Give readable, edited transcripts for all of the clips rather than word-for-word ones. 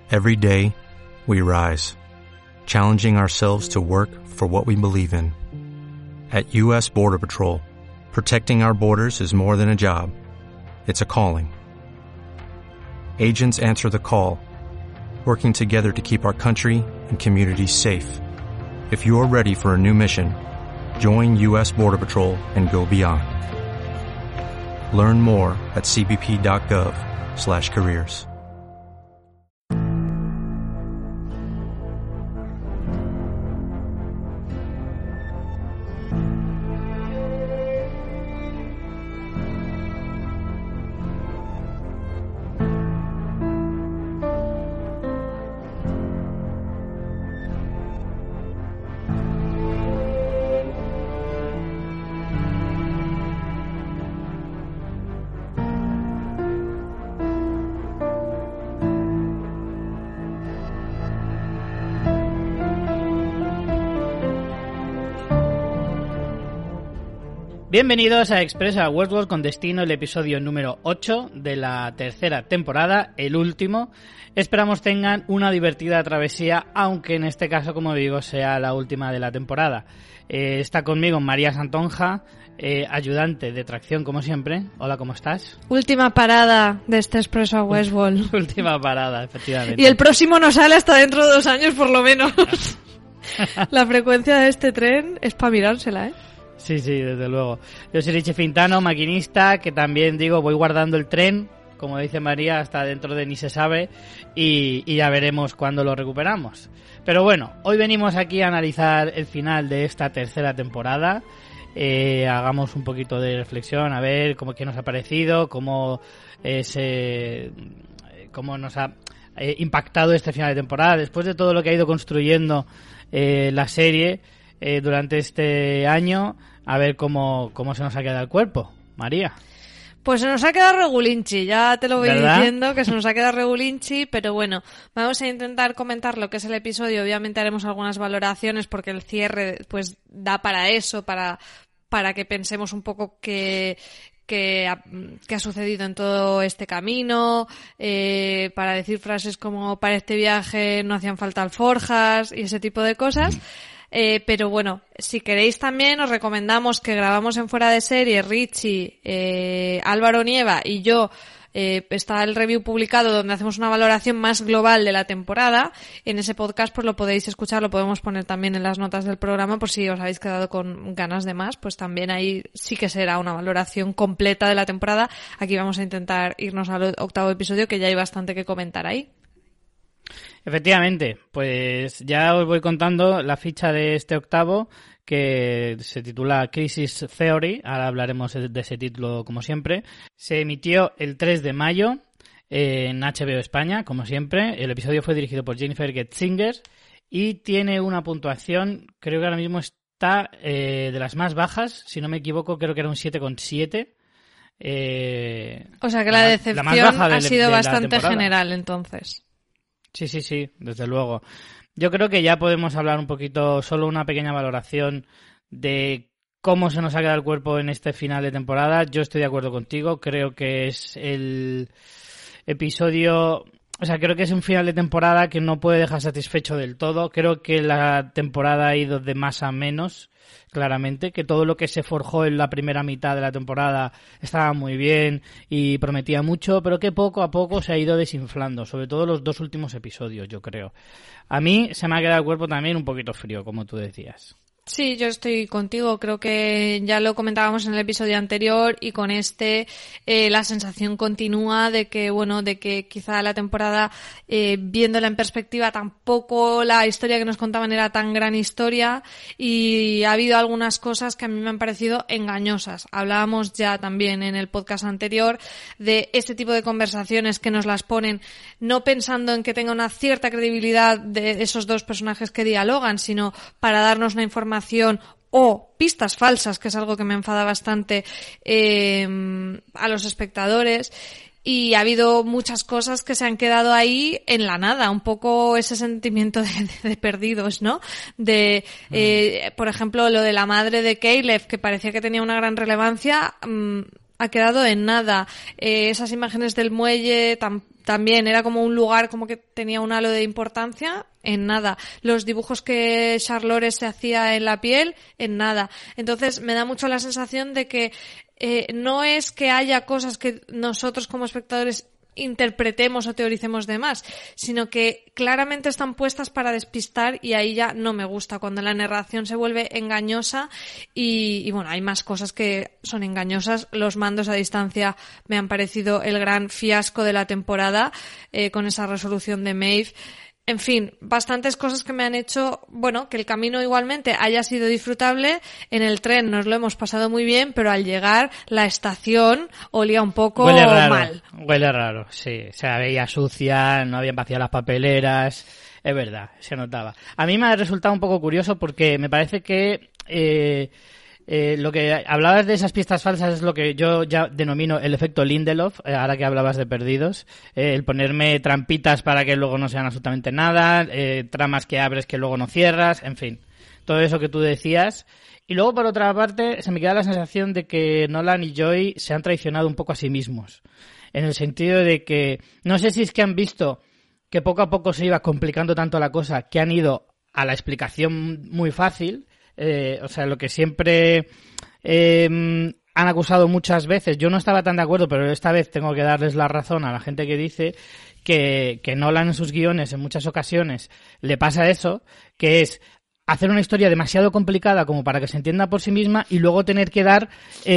Every day, we rise, challenging ourselves to work for what we believe in. At U.S. Border Patrol, protecting our borders is more than a job. It's a calling. Agents answer the call, working together to keep our country and communities safe. If you're ready for a new mission, join U.S. Border Patrol and go beyond. Learn more at cbp.gov/careers. Bienvenidos a Express a Westworld con destino, el episodio número 8 de la tercera temporada, el último. Esperamos tengan una divertida travesía, aunque en este caso, como digo, sea la última de la temporada. Está conmigo María Santonja, ayudante de tracción como siempre. Hola, ¿cómo estás? Última parada de este Expreso a Westworld. Última parada, efectivamente. Y el próximo no sale hasta dentro de 2 años por lo menos. La frecuencia de este tren es para mirársela, ¿eh? Sí, desde luego. Yo soy Richie Fintano, maquinista, que también digo, voy guardando el tren, como dice María, hasta dentro de ni se sabe, y ya veremos cuándo lo recuperamos. Pero bueno, hoy venimos aquí a analizar el final de esta tercera temporada. Hagamos un poquito de reflexión, a ver qué nos ha parecido, cómo nos ha impactado este final de temporada, después de todo lo que ha ido construyendo la serie durante este año. A ver cómo se nos ha quedado el cuerpo, María. Pues se nos ha quedado regulinchi, ya te lo voy ¿verdad? diciendo, que se nos ha quedado regulinchi, pero bueno, vamos a intentar comentar lo que es el episodio. Obviamente haremos algunas valoraciones porque el cierre pues da para eso, para que pensemos un poco qué ha sucedido en todo este camino, para decir frases como para este viaje no hacían falta alforjas y ese tipo de cosas. Pero bueno, si queréis también os recomendamos que grabamos en Fuera de Serie, Richie, Álvaro Nieva y yo. Está el review publicado donde hacemos una valoración más global de la temporada. En ese podcast pues lo podéis escuchar, lo podemos poner también en las notas del programa por si os habéis quedado con ganas de más, pues también ahí sí que será una valoración completa de la temporada. Aquí vamos a intentar irnos al 8º episodio, que ya hay bastante que comentar ahí. Efectivamente, pues ya os voy contando la ficha de este 8º, que se titula Crisis Theory. Ahora hablaremos de ese título como siempre. Se emitió el 3 de mayo en HBO España, como siempre. El episodio fue dirigido por Jennifer Getzinger y tiene una puntuación, creo que ahora mismo está de las más bajas, si no me equivoco, creo que era un 7,7. O sea que la decepción ha sido bastante general entonces. Sí, desde luego. Yo creo que ya podemos hablar un poquito, solo una pequeña valoración de cómo se nos ha quedado el cuerpo en este final de temporada. Yo estoy de acuerdo contigo, creo que es el episodio... O sea, creo que es un final de temporada que no puede dejar satisfecho del todo. Creo que la temporada ha ido de más a menos, claramente. Que todo lo que se forjó en la primera mitad de la temporada estaba muy bien y prometía mucho, pero que poco a poco se ha ido desinflando. Sobre todo los 2 últimos episodios, yo creo. A mí se me ha quedado el cuerpo también un poquito frío, como tú decías. Sí, yo estoy contigo. Creo que ya lo comentábamos en el episodio anterior y con la sensación continúa de que quizá la temporada, viéndola en perspectiva, tampoco la historia que nos contaban era tan gran historia y ha habido algunas cosas que a mí me han parecido engañosas. Hablábamos ya también en el podcast anterior de este tipo de conversaciones que nos las ponen no pensando en que tenga una cierta credibilidad de esos 2 personajes que dialogan, sino para darnos una información o pistas falsas, que es algo que me enfada bastante a los espectadores. Y ha habido muchas cosas que se han quedado ahí en la nada, un poco ese sentimiento de perdidos, ¿no? Por ejemplo, lo de la madre de Caleb, que parecía que tenía una gran relevancia, ha quedado en nada. Esas imágenes del muelle también era como un lugar como que tenía un halo de importancia, en nada. Los dibujos que Charlores se hacía en la piel, en nada. Entonces me da mucho la sensación de que no es que haya cosas que nosotros como espectadores interpretemos o teoricemos de más, sino que claramente están puestas para despistar, y ahí ya no me gusta, cuando la narración se vuelve engañosa y bueno, hay más cosas que son engañosas. Los mandos a distancia me han parecido el gran fiasco de la temporada, con esa resolución de Maeve. En fin, bastantes cosas que me han hecho, bueno, que el camino igualmente haya sido disfrutable. En el tren nos lo hemos pasado muy bien, pero al llegar la estación olía un poco mal. Huele raro, sí. Se veía sucia, no habían vaciado las papeleras. Es verdad, se notaba. A mí me ha resultado un poco curioso porque me parece que lo que hablabas de esas pistas falsas es lo que yo ya denomino el efecto Lindelof, ahora que hablabas de Perdidos, el ponerme trampitas para que luego no sean absolutamente nada, tramas que abres que luego no cierras, en fin, todo eso que tú decías. Y luego, por otra parte, se me queda la sensación de que Nolan y Joy se han traicionado un poco a sí mismos, en el sentido de que no sé si es que han visto que poco a poco se iba complicando tanto la cosa que han ido a la explicación muy fácil. O sea, lo que siempre han acusado muchas veces, yo no estaba tan de acuerdo, pero esta vez tengo que darles la razón a la gente que dice que Nolan en sus guiones en muchas ocasiones le pasa eso, que es hacer una historia demasiado complicada como para que se entienda por sí misma y luego tener que dar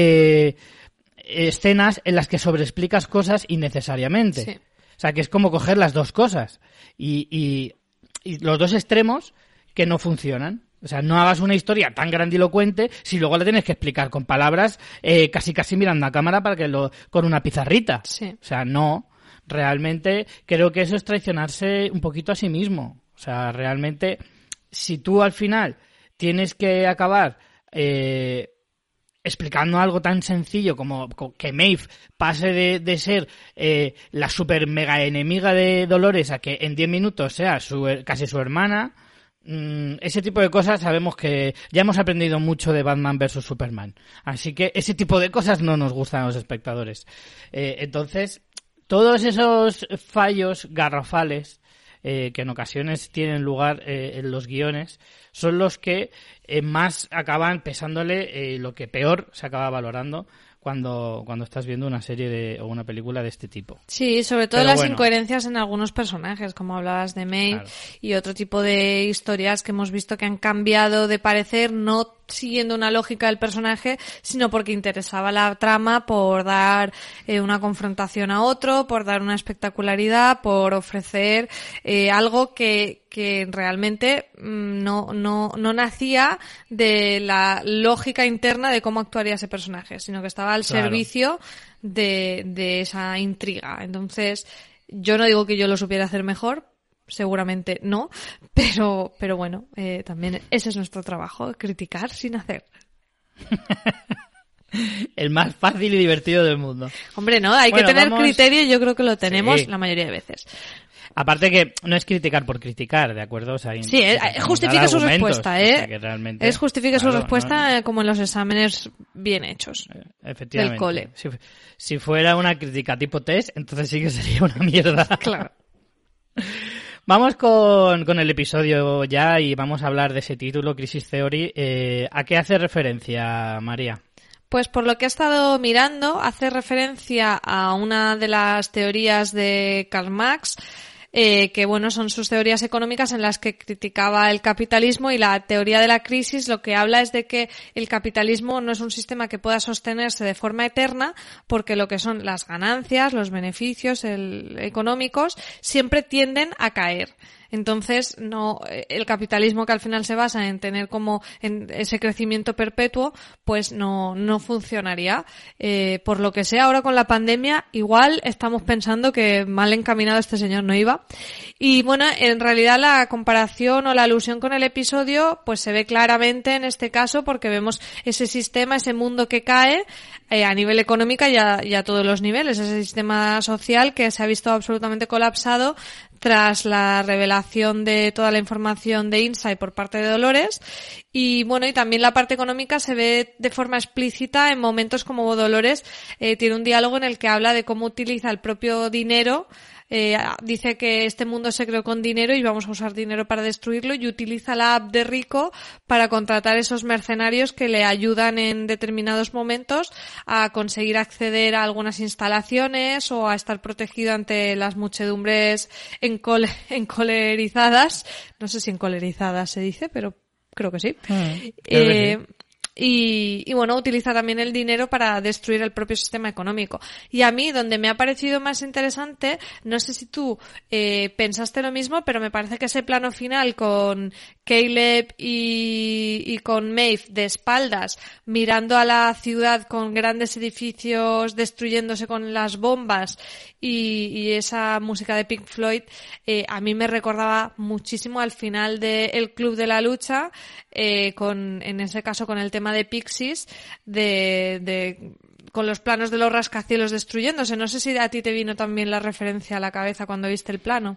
escenas en las que sobreexplicas cosas innecesariamente. Sí. O sea, que es como coger las dos cosas y los dos extremos que no funcionan. O sea, no hagas una historia tan grandilocuente si luego la tienes que explicar con palabras casi mirando a cámara para que con una pizarrita. Sí. O sea, no. Realmente creo que eso es traicionarse un poquito a sí mismo. O sea, realmente, si tú al final tienes que acabar explicando algo tan sencillo como que Maeve pase de ser la super mega enemiga de Dolores a que en 10 minutos sea casi su hermana. Ese tipo de cosas sabemos que ya hemos aprendido mucho de Batman vs Superman, así que ese tipo de cosas no nos gustan a los espectadores. Entonces, todos esos fallos garrafales que en ocasiones tienen lugar en los guiones son los que más acaban pesándole, lo que peor se acaba valorando cuando estás viendo una serie o una película de este tipo. Sí, sobre todo las incoherencias en algunos personajes, como hablabas de Maeve, claro, y otro tipo de historias que hemos visto que han cambiado de parecer, no siguiendo una lógica del personaje, sino porque interesaba la trama, por dar una confrontación a otro, por dar una espectacularidad, por ofrecer algo que realmente no nacía de la lógica interna de cómo actuaría ese personaje, sino que estaba al servicio de esa intriga. Entonces, yo no digo que yo lo supiera hacer mejor, seguramente no, pero bueno, también ese es nuestro trabajo, criticar sin hacer. El más fácil y divertido del mundo. Hombre, no, hay que tener criterio, y yo creo que lo tenemos la mayoría de veces. Aparte que no es criticar por criticar, ¿de acuerdo? O sea, sí, justifique su respuesta, o sea, que realmente, justifique su respuesta como en los exámenes bien hechos. Efectivamente. Del cole. Si fuera una crítica tipo test, entonces sí que sería una mierda. Claro. Vamos con el episodio ya y vamos a hablar de ese título, Crisis Theory. ¿A qué hace referencia, María? Pues por lo que he estado mirando, hace referencia a una de las teorías de Karl Marx, que bueno, son sus teorías económicas en las que criticaba el capitalismo, y la teoría de la crisis lo que habla es de que el capitalismo no es un sistema que pueda sostenerse de forma eterna, porque lo que son las ganancias, los beneficios económicos siempre tienden a caer. Entonces, no, el capitalismo, que al final se basa en tener como en ese crecimiento perpetuo, pues no funcionaría. Por lo que sea, ahora con la pandemia, igual estamos pensando que mal encaminado este señor no iba. Y bueno, en realidad la comparación o la alusión con el episodio, pues se ve claramente en este caso, porque vemos ese sistema, ese mundo que cae a nivel económico y a todos los niveles, ese sistema social que se ha visto absolutamente colapsado tras la revelación de toda la información de Insight por parte de Dolores, Y bueno, y también la parte económica se ve de forma explícita en momentos como Dolores tiene un diálogo en el que habla de cómo utiliza el propio dinero. Dice que este mundo se creó con dinero y vamos a usar dinero para destruirlo, y utiliza la app de Rico para contratar esos mercenarios que le ayudan en determinados momentos a conseguir acceder a algunas instalaciones o a estar protegido ante las muchedumbres encolerizadas. No sé si encolerizadas se dice, pero creo que sí. Creo que sí. Y bueno, utiliza también el dinero para destruir el propio sistema económico. Y a mí, donde me ha parecido más interesante, no sé si tú pensaste lo mismo, pero me parece que ese plano final con Caleb y con Maeve de espaldas, mirando a la ciudad con grandes edificios destruyéndose con las bombas y esa música de Pink Floyd, a mí me recordaba muchísimo al final de El Club de la Lucha, en ese caso con el tema de Pixies, con los planos de los rascacielos destruyéndose. No sé si a ti te vino también la referencia a la cabeza cuando viste el plano.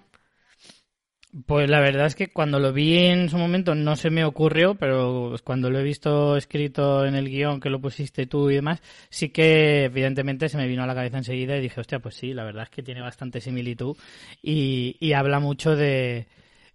Pues la verdad es que cuando lo vi en su momento no se me ocurrió, pero cuando lo he visto escrito en el guión que lo pusiste tú y demás, sí que evidentemente se me vino a la cabeza enseguida y dije, hostia, pues sí, la verdad es que tiene bastante similitud y habla mucho de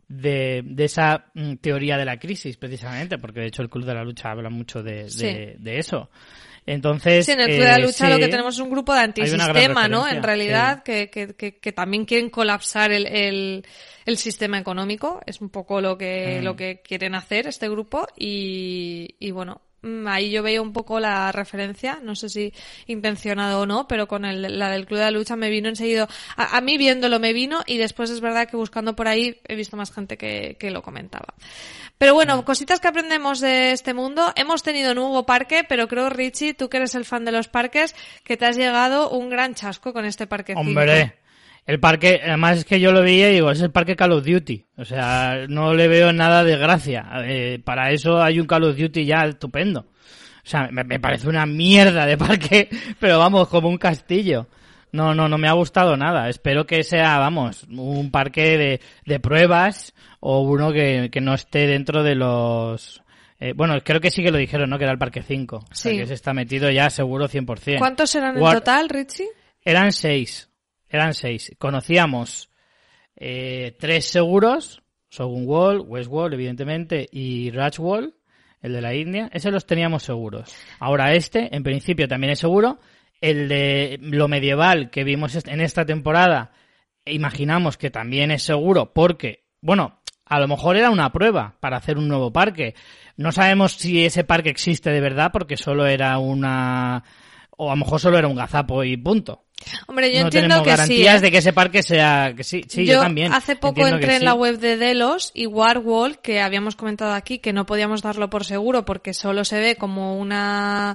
esa teoría de la crisis, precisamente, porque de hecho el Club de la Lucha habla mucho de eso. Entonces, sí, en el Club de la Lucha sí, lo que tenemos es un grupo de antisistema, ¿no? En realidad, sí. que también quieren colapsar el sistema económico. Es un poco lo que quieren hacer este grupo y bueno, ahí yo veía un poco la referencia, no sé si intencionado o no, pero con la del Club de la Lucha me vino enseguida. A mí viéndolo me vino, y después es verdad que buscando por ahí he visto más gente que lo comentaba. Pero bueno, cositas que aprendemos de este mundo. Hemos tenido nuevo parque, pero creo, Richie, tú que eres el fan de los parques, que te has llegado un gran chasco con este parque 5. ¡Hombre! El parque, además es que yo lo veía y digo, es el parque Call of Duty. O sea, no le veo nada de gracia. Para eso hay un Call of Duty ya estupendo. O sea, me parece una mierda de parque, pero vamos, como un castillo. No me ha gustado nada. Espero que sea, vamos, un parque de pruebas o uno que no esté dentro de los... bueno, creo que sí que lo dijeron, ¿no? Que era el parque 5. O sea, sí. que se está metido ya seguro 100%. ¿Cuántos eran en total, Richie? Eran 6. Conocíamos 3 seguros, Shogun Wall, West Wall, evidentemente, y Raj Wall, el de la India. Ese los teníamos seguros. Ahora en principio, también es seguro. El de lo medieval que vimos en esta temporada, imaginamos que también es seguro porque, bueno, a lo mejor era una prueba para hacer un nuevo parque. No sabemos si ese parque existe de verdad porque solo era o a lo mejor solo era un gazapo y punto. Hombre, yo no entiendo tenemos que garantías sí, de que ese parque sea... que sí, yo también. Hace poco entré en la web de Delos y Warwall, que habíamos comentado aquí que no podíamos darlo por seguro porque solo se ve como una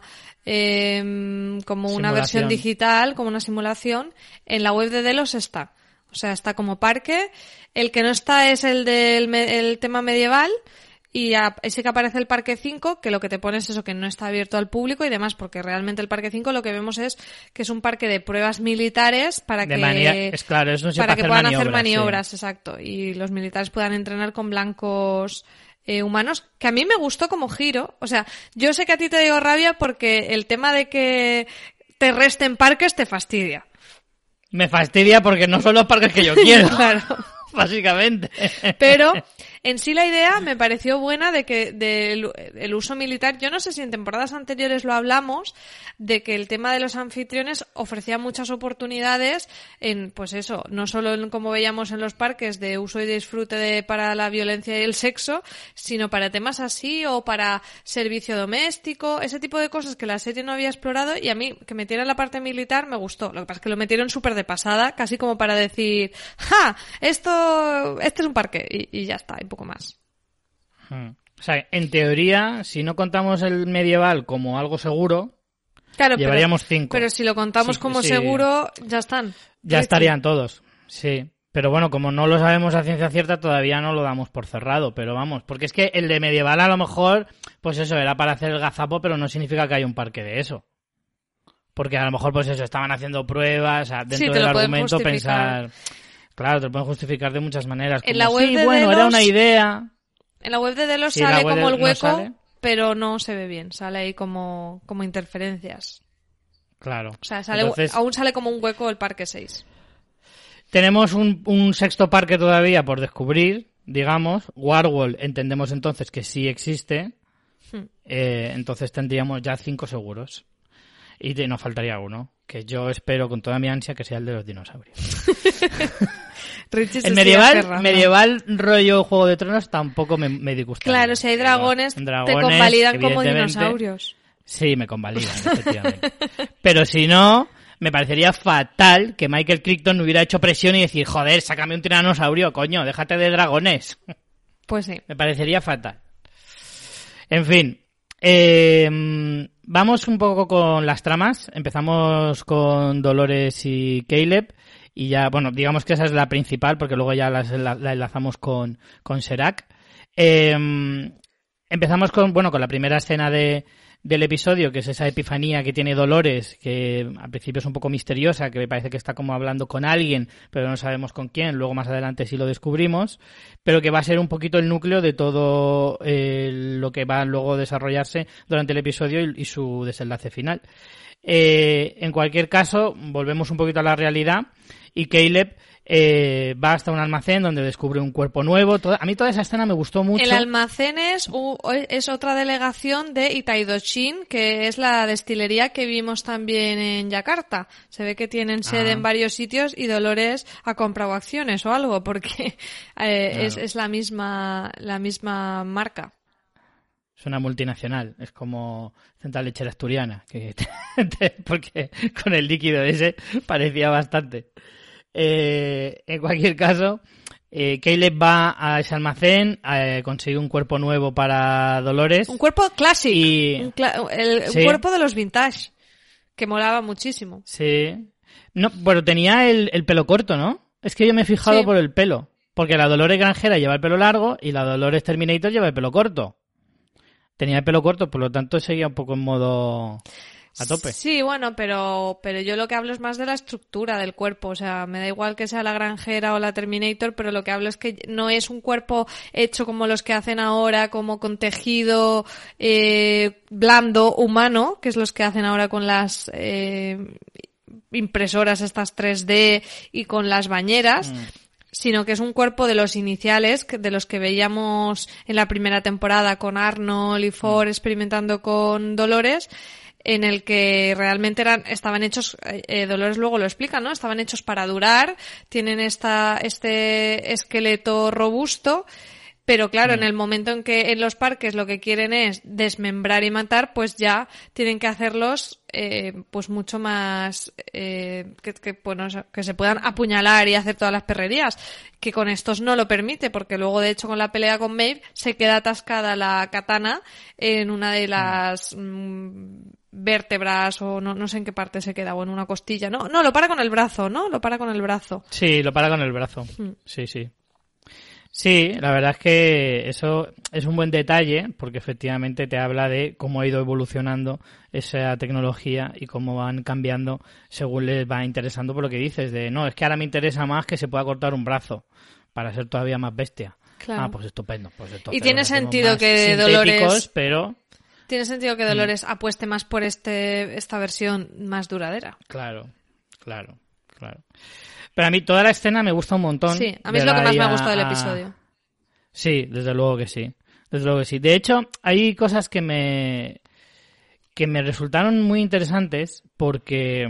versión digital, como una simulación. En la web de Delos está. O sea, está como parque. El que no está es el del tema medieval. Y ese que aparece el Parque 5, que lo que te pone es eso, que no está abierto al público y demás, porque realmente el Parque 5 lo que vemos es que es un parque de pruebas militares para que puedan hacer maniobras, sí. Exacto, y los militares puedan entrenar con blancos humanos, que a mí me gustó como giro. O sea, yo sé que a ti te dio rabia porque el tema de que te resten parques te fastidia. Me fastidia porque no son los parques que yo quiero. Claro. Básicamente. Pero en sí la idea me pareció buena de que el uso militar, yo no sé si en temporadas anteriores lo hablamos, de que el tema de los anfitriones ofrecía muchas oportunidades en, pues eso, no solo en, como veíamos en los parques, de uso y disfrute para la violencia y el sexo, sino para temas así o para servicio doméstico, ese tipo de cosas que la serie no había explorado, y a mí que metieran la parte militar me gustó. Lo que pasa es que lo metieron súper de pasada, casi como para decir, ¡ja! Este es un parque y ya está, y poco más. O sea, en teoría, si no contamos el medieval como algo seguro, claro, llevaríamos 5. Pero si lo contamos como seguro, ya están. Ya estarían todos, sí. Pero bueno, como no lo sabemos a ciencia cierta, todavía no lo damos por cerrado. Pero vamos, porque es que el de medieval a lo mejor, pues eso, era para hacer el gazapo, pero no significa que haya un parque de eso. Porque a lo mejor, pues eso, estaban haciendo pruebas, dentro del argumento pensar... Claro, te lo pueden justificar de muchas maneras. Como, en la web de bueno, Delos, era una idea. En la web de Delos Sí, sale la web como de- el no hueco, sale. pero no se ve bien. Sale ahí como interferencias. Claro. O sea, sale, Entonces, aún sale como un hueco el Parque 6. tenemos un sexto parque todavía por descubrir, digamos. Warworld entendemos entonces que sí existe. Entonces tendríamos ya 5 seguros. Y nos faltaría uno, que yo espero con toda mi ansia que sea el de los dinosaurios. Richie se El sigue aferrando. medieval rollo Juego de Tronos tampoco me disgusta. Claro, si hay dragones, te convalidan como evidentemente, dinosaurios. Sí, me convalidan, efectivamente. Pero si no, me parecería fatal que Michael Crichton hubiera hecho presión y decir, joder, sácame un tiranosaurio, coño, déjate de dragones. Pues sí. Me parecería fatal. En fin, vamos un poco con las tramas. Empezamos con Dolores y Caleb. Y ya, bueno, digamos que esa es la principal, porque luego ya la enlazamos con Serac. Empezamos con la primera escena del episodio, que es esa epifanía que tiene Dolores, que al principio es un poco misteriosa, que me parece que está como hablando con alguien, pero no sabemos con quién, luego más adelante sí lo descubrimos, pero que va a ser un poquito el núcleo de todo lo que va luego a desarrollarse durante el episodio y su desenlace final. En cualquier caso, volvemos un poquito a la realidad y Caleb va hasta un almacén donde descubre un cuerpo nuevo. A mí toda esa escena me gustó mucho. El almacén es otra delegación de Itaidoshin, que es la destilería que vimos también en Yakarta. Se ve que tienen sede en varios sitios y Dolores ha comprado acciones o algo, porque Claro. es la misma marca. Es una multinacional, es como Central Lechera Asturiana, porque con el líquido ese parecía bastante. En cualquier caso, Caleb va a ese almacén, consigue un cuerpo nuevo para Dolores. Un cuerpo clásico, Y... un Sí. cuerpo de los vintage, que molaba muchísimo. Sí. No, bueno, tenía el pelo corto, ¿no? Es que yo me he fijado Sí. por el pelo. Porque la Dolores Granjera lleva el pelo largo y la Dolores Terminator lleva el pelo corto. Tenía el pelo corto, por lo tanto seguía un poco en modo a tope. Sí, bueno, pero yo lo que hablo es más de la estructura del cuerpo. O sea, me da igual que sea la Granjera o la Terminator, pero lo que hablo es que no es un cuerpo hecho como los que hacen ahora, como con tejido blando, humano, que es los que hacen ahora con las impresoras estas 3D y con las bañeras. Sino que es un cuerpo de los iniciales, de los que veíamos en la primera temporada con Arnold y Ford experimentando con Dolores, en el que realmente estaban hechos, Dolores luego lo explica, ¿no? Estaban hechos para durar, tienen este esqueleto robusto, pero claro, en el momento en que en los parques lo que quieren es desmembrar y matar, pues ya tienen que hacerlos pues mucho más que se puedan apuñalar y hacer todas las perrerías, que con estos no lo permite, porque luego de hecho con la pelea con Maeve se queda atascada la katana en una de las vértebras o no sé en qué parte se queda, o en una costilla. No, lo para con el brazo, ¿no? Lo para con el brazo. Sí, lo para con el brazo. Sí, sí. Sí, la verdad es que eso es un buen detalle porque efectivamente te habla de cómo ha ido evolucionando esa tecnología y cómo van cambiando según les va interesando por lo que dices de no, es que ahora me interesa más que se pueda cortar un brazo para ser todavía más bestia. Claro. Ah, pues estupendo. Pues entonces Y tiene los hacemos sentido más que sintéticos, Dolores... pero Tiene sentido que Dolores apueste más por esta versión más duradera. claro. Pero a mí toda la escena me gusta un montón. Sí, a mí es lo que más me ha gustado del episodio. Sí, desde luego que sí. Desde luego que sí. De hecho, hay cosas que me resultaron muy interesantes porque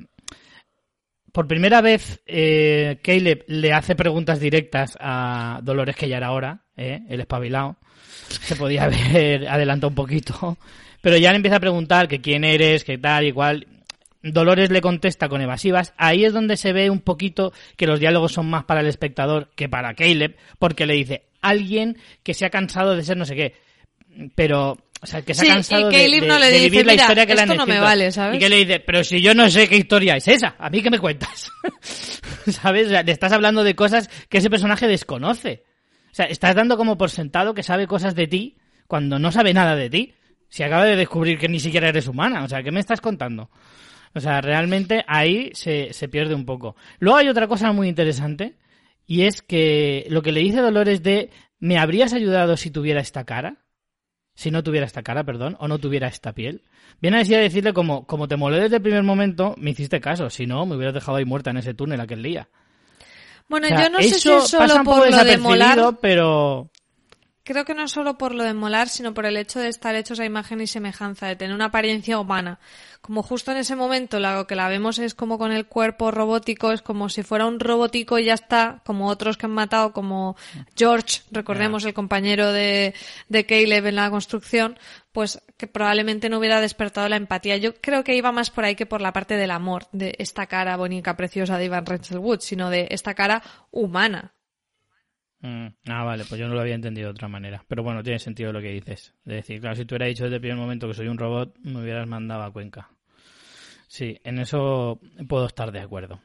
por primera vez Caleb le hace preguntas directas a Dolores, que ya era hora, el espabilado. Se podía haber adelantado un poquito. Pero ya le empieza a preguntar que quién eres, que tal y cual. Dolores le contesta con evasivas. Ahí es donde se ve un poquito que los diálogos son más para el espectador que para Caleb, porque le dice alguien que se ha cansado de ser no sé qué. Pero, o sea, que se ha cansado de vivir la historia que le han escrito. No me vale, ¿sabes? Y que le dice, pero si yo no sé qué historia es esa, ¿a mí qué me cuentas? ¿Sabes? O sea, le estás hablando de cosas que ese personaje desconoce. O sea, estás dando como por sentado que sabe cosas de ti cuando no sabe nada de ti. Si acaba de descubrir que ni siquiera eres humana. O sea, ¿qué me estás contando? O sea, realmente ahí se pierde un poco. Luego hay otra cosa muy interesante y es que lo que le dice Dolores de ¿Me habrías ayudado si tuviera esta cara? Si no tuviera esta cara, perdón, o no tuviera esta piel. Viene así a decirle como te molé desde el primer momento, me hiciste caso. Si no, me hubieras dejado ahí muerta en ese túnel aquel día. Bueno, O sea, yo no sé si eso es solo pasa un poco por lo de desapercibido, molar. pero... Creo que no es solo por lo de molar, sino por el hecho de estar hechos a imagen y semejanza, de tener una apariencia humana. Como justo en ese momento lo que la vemos es como con el cuerpo robótico, es como si fuera un robotico y ya está, como otros que han matado, como George, recordemos el compañero de Caleb en la construcción, pues que probablemente no hubiera despertado la empatía. Yo creo que iba más por ahí que por la parte del amor, de esta cara bonita, preciosa de Ivan Rachel Wood, sino de esta cara humana. Vale, pues yo no lo había entendido de otra manera. Pero bueno, tiene sentido lo que dices. Es decir, claro, si tú hubieras dicho desde el primer momento que soy un robot, me hubieras mandado a Cuenca. Sí, en eso puedo estar de acuerdo.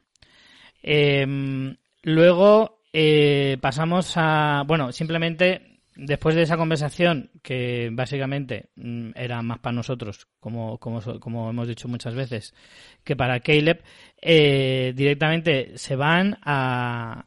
Luego pasamos a... Bueno, simplemente después de esa conversación, que básicamente era más para nosotros, como hemos dicho muchas veces, que para Caleb, directamente se van a...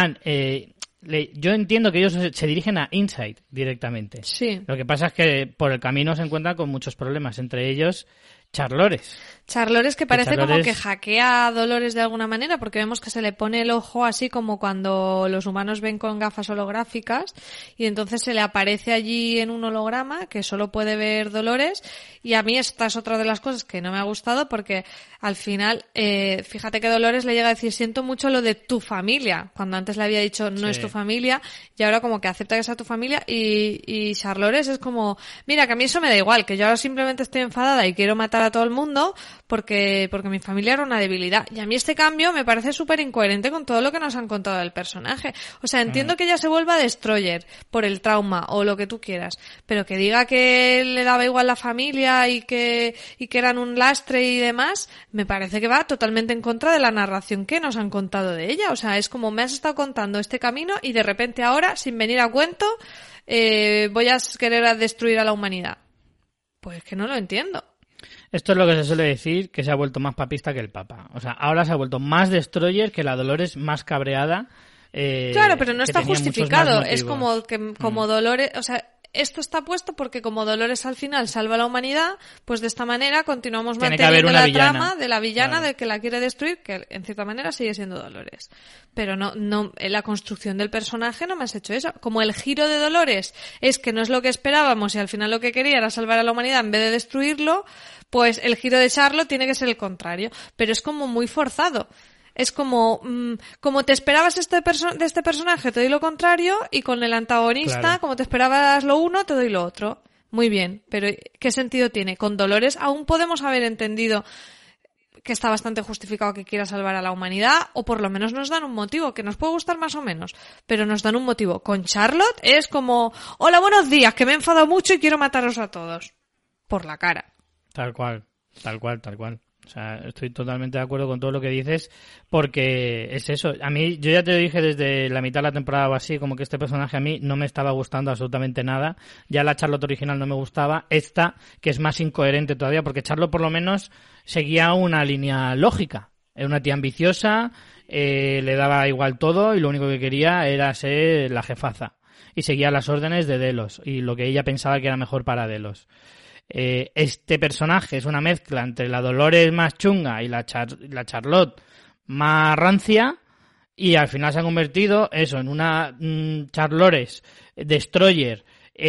yo entiendo que ellos se dirigen a Inside directamente. Sí. Lo que pasa es que por el camino se encuentran con muchos problemas, entre ellos Charlores. Charlores que parece Charlores... como que hackea a Dolores de alguna manera, porque vemos que se le pone el ojo así como cuando los humanos ven con gafas holográficas y entonces se le aparece allí en un holograma que solo puede ver Dolores, y a mí esta es otra de las cosas que no me ha gustado porque al final, fíjate que Dolores le llega a decir siento mucho lo de tu familia, cuando antes le había dicho no es tu familia, y ahora como que acepta que sea tu familia, y Charlores es como mira, que a mí eso me da igual, que yo ahora simplemente estoy enfadada y quiero matar a todo el mundo porque mi familia era una debilidad. Y a mí este cambio me parece súper incoherente con todo lo que nos han contado del personaje. O sea, entiendo que ella se vuelva Destroyer por el trauma o lo que tú quieras, pero que diga que le daba igual la familia y que eran un lastre y demás, me parece que va totalmente en contra de la narración que nos han contado de ella. O sea, es como me has estado contando este camino y de repente ahora, sin venir a cuento, voy a querer destruir a la humanidad. Pues que no lo entiendo. Esto es lo que se suele decir, que se ha vuelto más papista que el Papa. O sea, ahora se ha vuelto más Destroyer que la Dolores más cabreada. Claro, pero no está justificado. Es como que como Dolores... O sea, esto está puesto porque como Dolores al final salva a la humanidad, pues de esta manera continuamos manteniendo la trama de la villana, del que la quiere destruir, que en cierta manera sigue siendo Dolores. Pero no, en la construcción del personaje no me has hecho eso. Como el giro de Dolores es que no es lo que esperábamos y al final lo que quería era salvar a la humanidad en vez de destruirlo, pues el giro de Charlotte tiene que ser el contrario. Pero es como muy forzado. Es como te esperabas de este personaje, te doy lo contrario, y con el antagonista, claro, como te esperabas lo uno, te doy lo otro. Muy bien, pero ¿qué sentido tiene? Con Dolores aún podemos haber entendido que está bastante justificado que quiera salvar a la humanidad, o por lo menos nos dan un motivo, que nos puede gustar más o menos, pero nos dan un motivo. Con Charlotte es como, hola, buenos días, que me he enfadado mucho y quiero mataros a todos. Por la cara. Tal cual. O sea, estoy totalmente de acuerdo con todo lo que dices, porque es eso. A mí, yo ya te lo dije desde la mitad de la temporada o así, como que este personaje a mí no me estaba gustando absolutamente nada. Ya la Charlotte original no me gustaba. Esta, que es más incoherente todavía, porque Charlotte por lo menos seguía una línea lógica. Era una tía ambiciosa, le daba igual todo y lo único que quería era ser la jefaza. Y seguía las órdenes de Delos y lo que ella pensaba que era mejor para Delos. Este personaje es una mezcla entre la Dolores más chunga y la Charlotte más rancia, y al final se ha convertido eso en una Charlores Destroyer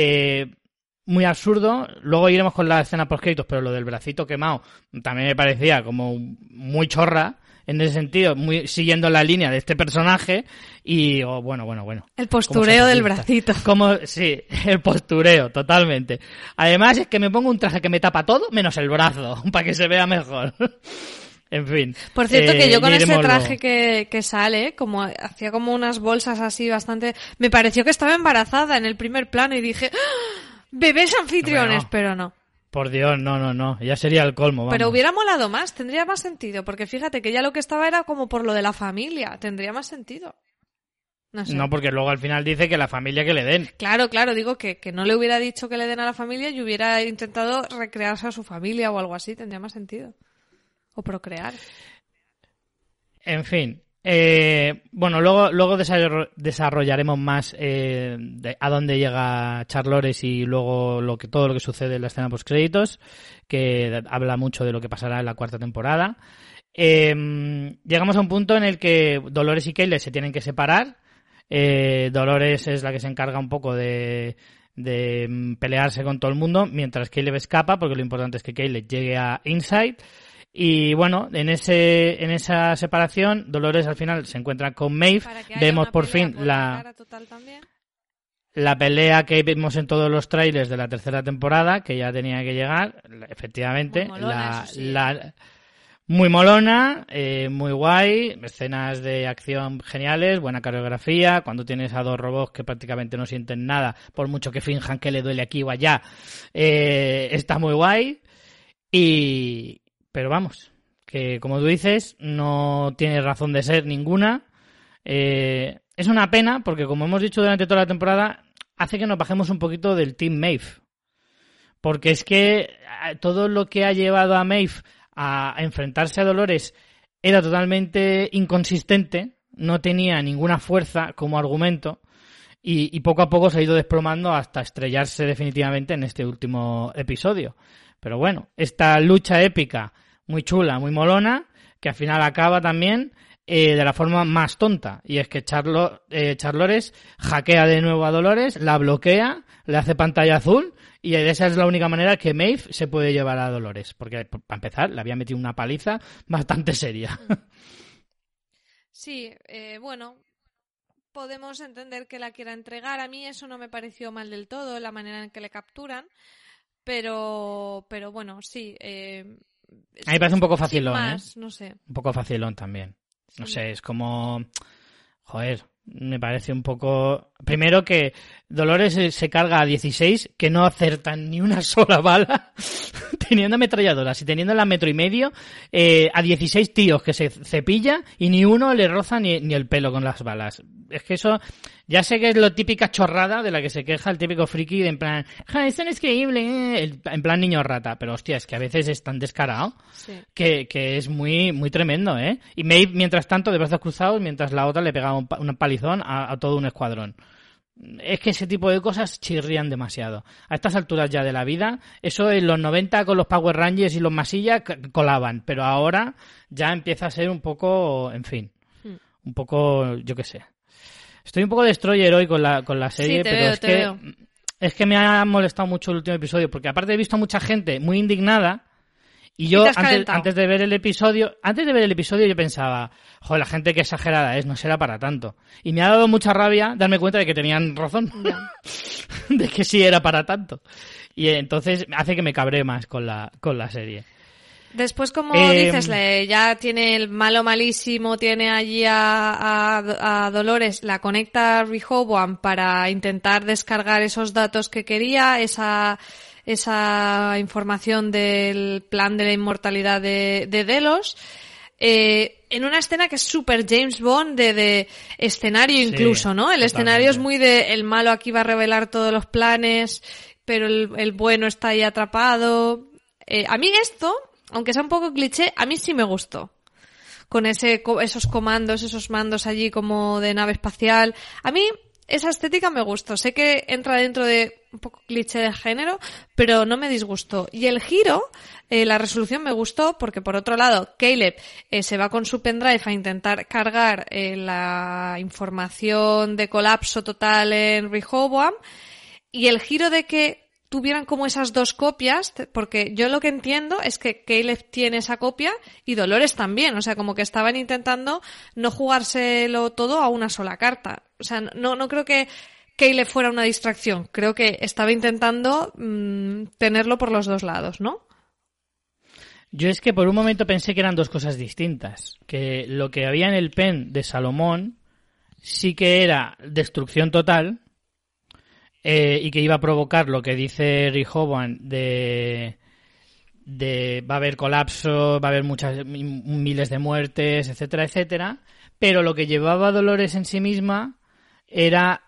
muy absurdo. Luego iremos con la escena post créditos, pero lo del bracito quemado también me parecía como muy chorra en ese sentido, muy siguiendo la línea de este personaje. Y bueno. El postureo del bracito. Sí, el postureo, totalmente. Además es que me pongo un traje que me tapa todo, menos el brazo, para que se vea mejor. En fin. Por cierto, que yo con ese traje que sale, como hacía como unas bolsas así bastante... Me pareció que estaba embarazada en el primer plano y dije, ¡ah! Bebés anfitriones, pero no. Por Dios, no. Ya sería el colmo, vamos. Pero hubiera molado más, tendría más sentido, porque fíjate que ya lo que estaba era como por lo de la familia, tendría más sentido. No sé. No, porque luego al final dice que la familia que le den. Claro, digo que no le hubiera dicho que le den a la familia y hubiera intentado recrearse a su familia o algo así, tendría más sentido. O procrear. En fin, Bueno, luego desarrollaremos más a dónde llega Charlores y luego todo lo que sucede en la escena post-créditos, que habla mucho de lo que pasará en la 4ª temporada. Llegamos a un punto en el que Dolores y Caleb se tienen que separar. Dolores es la que se encarga un poco de pelearse con todo el mundo, mientras Caleb escapa, porque lo importante es que Caleb llegue a Inside. Y bueno, en esa separación, Dolores al final se encuentra con Maeve. Vemos por fin la pelea que vimos en todos los trailers de la 3ª temporada, que ya tenía que llegar, efectivamente. Muy molona, muy molona, muy guay, escenas de acción geniales, buena coreografía. Cuando tienes a 2 robots que prácticamente no sienten nada, por mucho que finjan que le duele aquí o allá, está muy guay. Pero vamos, que como tú dices, no tiene razón de ser ninguna. Es una pena porque, como hemos dicho durante toda la temporada, hace que nos bajemos un poquito del Team Maeve. Porque es que todo lo que ha llevado a Maeve a enfrentarse a Dolores era totalmente inconsistente, no tenía ninguna fuerza como argumento y poco a poco se ha ido desplomando hasta estrellarse definitivamente en este último episodio. Pero bueno, esta lucha épica, muy chula, muy molona, que al final acaba también de la forma más tonta. Y es que Charlores hackea de nuevo a Dolores, la bloquea, le hace pantalla azul y esa es la única manera que Maeve se puede llevar a Dolores. Porque, para empezar, le había metido una paliza bastante seria. Sí, bueno, podemos entender que la quiera entregar. A mí eso no me pareció mal del todo, la manera en que le capturan. Pero bueno, sí. A mí me parece un poco facilón, más, no sé. Un poco facilón también. No sé, es como... Joder, me parece un poco... Primero que Dolores se carga a 16 que no acertan ni una sola bala, teniendo ametralladoras y teniendo la 1,5 metros, a 16 tíos que se cepilla y ni uno le roza ni el pelo con las balas. Es que eso... Ya sé que es lo típica chorrada de la que se queja el típico friki de en plan, esto no es creíble, en plan niño rata, pero hostia, es que a veces es tan descarado que es muy muy tremendo, ¿eh? Y Maeve, mientras tanto, de brazos cruzados, mientras la otra le pegaba un palizón a todo un escuadrón. Es que ese tipo de cosas chirrían demasiado. A estas alturas ya de la vida, eso en los 90 con los Power Rangers y los Masilla colaban, pero ahora ya empieza a ser un poco, en fin, un poco, yo qué sé. Estoy un poco destroyer hoy con la serie, sí, pero es que me ha molestado mucho el último episodio, porque aparte he visto a mucha gente muy indignada y yo antes de ver el episodio yo pensaba, joder, la gente que exagerada es, no será para tanto. Y me ha dado mucha rabia darme cuenta de que tenían razón, de que sí era para tanto. Y entonces hace que me cabree más con la serie. Después, como dices, ya tiene el malo malísimo, tiene allí a Dolores, la conecta a Rehoboam para intentar descargar esos datos que quería, esa información del plan de la inmortalidad de Delos, en una escena que es súper James Bond de escenario incluso, ¿no? El escenario es muy de el malo aquí va a revelar todos los planes, pero el bueno está ahí atrapado. A mí esto, aunque sea un poco cliché, a mí sí me gustó. Con esos comandos, esos mandos allí como de nave espacial. A mí esa estética me gustó. Sé que entra dentro de un poco cliché de género, pero no me disgustó. Y el giro, la resolución me gustó porque, por otro lado, Caleb se va con su pendrive a intentar cargar la información de colapso total en Rehoboam. Y el giro de que tuvieran como esas dos copias, porque yo lo que entiendo es que Caleb tiene esa copia y Dolores también, o sea, como que estaban intentando no jugárselo todo a una sola carta. O sea, no creo que Caleb fuera una distracción, creo que estaba intentando tenerlo por los dos lados, ¿no? Yo es que por un momento pensé que eran dos cosas distintas, que lo que había en el pen de Salomón sí que era destrucción total, y que iba a provocar lo que dice Rehoboam de va a haber colapso, va a haber miles de muertes, etcétera, etcétera, pero lo que llevaba a Dolores en sí misma era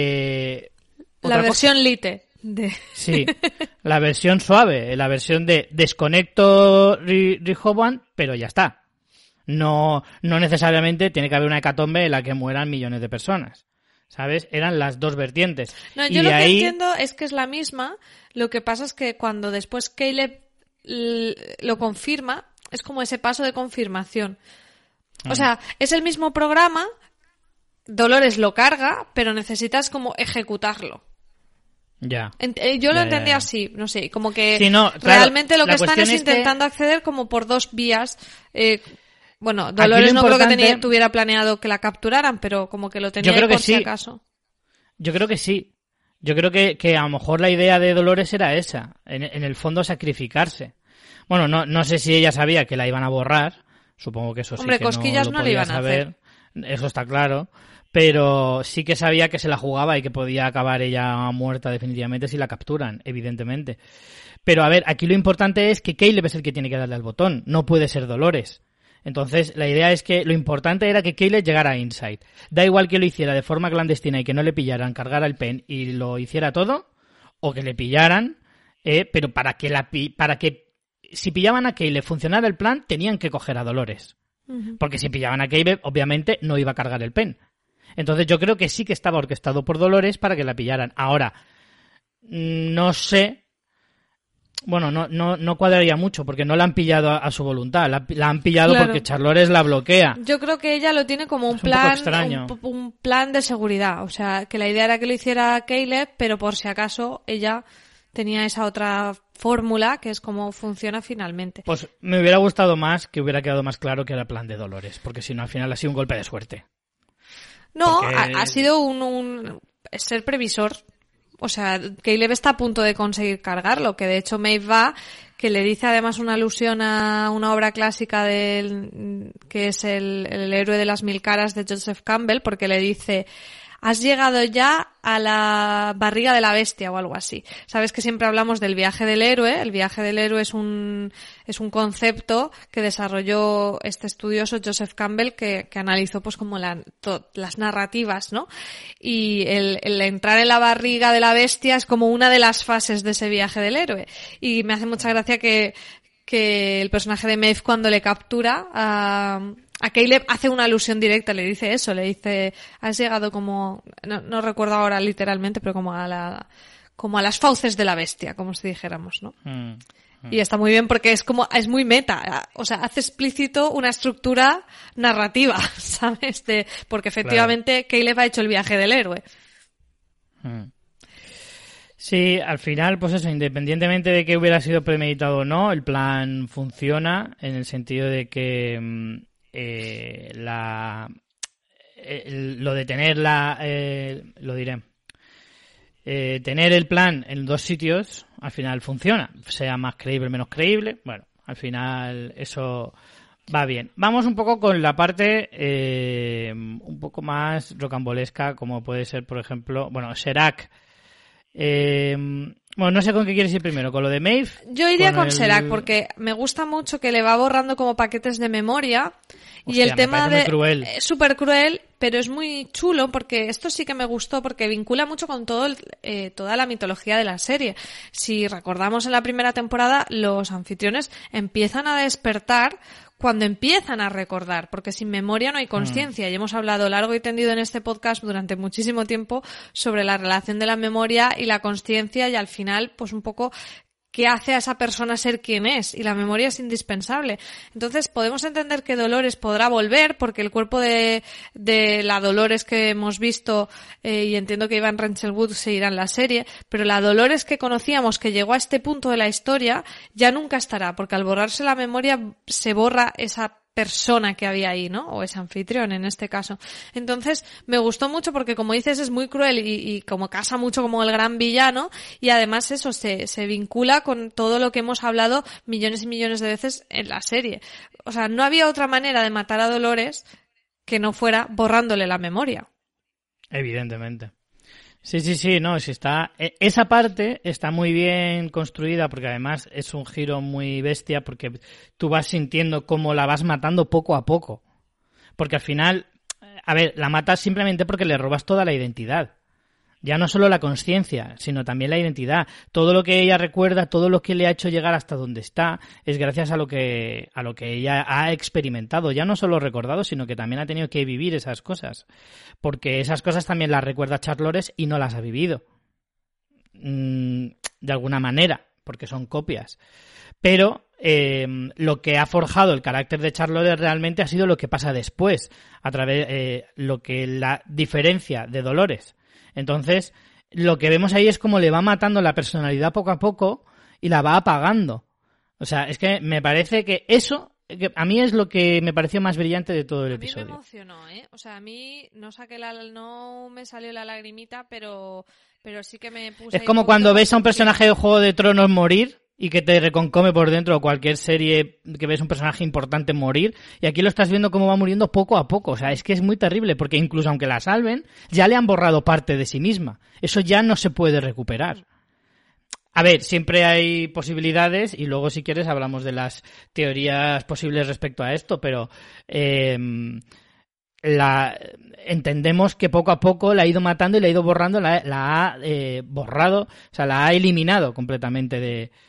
la versión lite sí, la versión suave, la versión de desconecto Rehoboam, pero ya está. No necesariamente tiene que haber una hecatombe en la que mueran millones de personas. ¿Sabes? Eran las dos vertientes. No, yo lo que entiendo es que es la misma. Lo que pasa es que cuando después Caleb lo confirma, es como ese paso de confirmación. O sea, es el mismo programa, Dolores lo carga, pero necesitas como ejecutarlo. Ya. Yo lo entendí así, no sé, como que sí, no, claro, realmente lo que están es intentando acceder como por dos vías. Bueno, Dolores no creo que tuviera planeado que la capturaran, pero como que lo tenía ahí por si acaso. Yo creo que sí. Yo creo que a lo mejor la idea de Dolores era esa, en el fondo sacrificarse. Bueno, no sé si ella sabía que la iban a borrar, supongo que eso sí. Hombre, que cosquillas no le iban a hacer. Eso está claro, pero sí que sabía que se la jugaba y que podía acabar ella muerta definitivamente si la capturan, evidentemente. Pero a ver, aquí lo importante es que Caleb es el que tiene que darle al botón, no puede ser Dolores. Entonces, la idea es que lo importante era que Caleb llegara a Inside. Da igual que lo hiciera de forma clandestina y que no le pillaran, cargara el pen y lo hiciera todo, o que le pillaran, pero para que si pillaban a Caleb funcionara el plan, tenían que coger a Dolores. Porque si pillaban a Caleb, obviamente no iba a cargar el pen. Entonces yo creo que sí que estaba orquestado por Dolores para que la pillaran. Ahora, no sé... Bueno, no cuadraría mucho porque no la han pillado a su voluntad, la han pillado porque Charlores la bloquea. Yo creo que ella lo tiene como un plan de seguridad, o sea, que la idea era que lo hiciera Caleb, pero por si acaso ella tenía esa otra fórmula que es como funciona finalmente. Pues me hubiera gustado más que hubiera quedado más claro que era el plan de Dolores, porque si no al final ha sido un golpe de suerte. No, ha sido un ser previsor. O sea, Caleb está a punto de conseguir cargarlo, que de hecho Maeve va, que le dice además una alusión a una obra clásica que es el héroe de las 1000 caras de Joseph Campbell, porque le dice, has llegado ya a la barriga de la bestia o algo así. Sabes que siempre hablamos del viaje del héroe. El viaje del héroe es un concepto que desarrolló este estudioso Joseph Campbell que analizó pues como las narrativas, ¿no? Y el entrar en la barriga de la bestia es como una de las fases de ese viaje del héroe. Y me hace mucha gracia que el personaje de Maeve cuando le captura a Caleb hace una alusión directa, le dice eso, le dice, has llegado como, no recuerdo ahora literalmente, pero como a las fauces de la bestia, como si dijéramos, ¿no? Y está muy bien porque es muy meta, o sea, hace explícito una estructura narrativa, ¿sabes? Porque efectivamente Caleb ha hecho el viaje del héroe. Sí, al final, pues eso, independientemente de que hubiera sido premeditado o no, el plan funciona en el sentido de que lo de tener tener el plan en dos sitios al final funciona, sea más creíble o menos creíble, bueno, al final eso va bien. Vamos un poco con la parte un poco más rocambolesca, como puede ser, por ejemplo, bueno, Serac. Bueno, no sé con qué quieres ir primero, con lo de Maeve. Yo iría con Serac porque me gusta mucho que le va borrando como paquetes de memoria. Hostia, y el tema es súper cruel, pero es muy chulo porque esto sí que me gustó porque vincula mucho con toda la mitología de la serie. Si recordamos en la primera temporada, los anfitriones empiezan a despertar cuando empiezan a recordar, porque sin memoria no hay conciencia. Y hemos hablado largo y tendido en este podcast durante muchísimo tiempo sobre la relación de la memoria y la consciencia y al final, pues un poco qué hace a esa persona ser quien es, y la memoria es indispensable. Entonces podemos entender que Dolores podrá volver porque el cuerpo de la Dolores que hemos visto y entiendo que Ivan Rachel se irá en la serie, pero la Dolores que conocíamos que llegó a este punto de la historia ya nunca estará, porque al borrarse la memoria se borra esa persona que había ahí, ¿no? O ese anfitrión en este caso. Entonces, me gustó mucho porque, como dices, es muy cruel y como casa mucho como el gran villano y además eso se vincula con todo lo que hemos hablado millones y millones de veces en la serie. O sea, no había otra manera de matar a Dolores que no fuera borrándole la memoria. Evidentemente. Sí, no, si está, esa parte está muy bien construida porque además es un giro muy bestia porque tú vas sintiendo cómo la vas matando poco a poco. Porque al final, a ver, la matas simplemente porque le robas toda la identidad. Ya no solo la consciencia, sino también la identidad. Todo lo que ella recuerda, todo lo que le ha hecho llegar hasta donde está, es gracias a lo que ella ha experimentado. Ya no solo recordado, sino que también ha tenido que vivir esas cosas. Porque esas cosas también las recuerda Chuck Lorre y no las ha vivido. De alguna manera, porque son copias. Pero lo que ha forjado el carácter de Chuck Lorre realmente ha sido lo que pasa después, a través lo que la diferencia de Dolores. Entonces, lo que vemos ahí es como le va matando la personalidad poco a poco y la va apagando. O sea, es que me parece que eso, que a mí es lo que me pareció más brillante de todo el episodio. A mí me emocionó, ¿eh? O sea, a mí no me salió la lagrimita, pero sí que me puse... Es como cuando ves a un personaje de Juego de Tronos morir y que te reconcome por dentro, o cualquier serie que ves un personaje importante morir, y aquí lo estás viendo cómo va muriendo poco a poco. O sea, es que es muy terrible, porque incluso aunque la salven, ya le han borrado parte de sí misma. Eso ya no se puede recuperar. A ver, siempre hay posibilidades, y luego si quieres hablamos de las teorías posibles respecto a esto, pero entendemos que poco a poco la ha ido matando y la ha ido borrando, la ha borrado, o sea, la ha eliminado completamente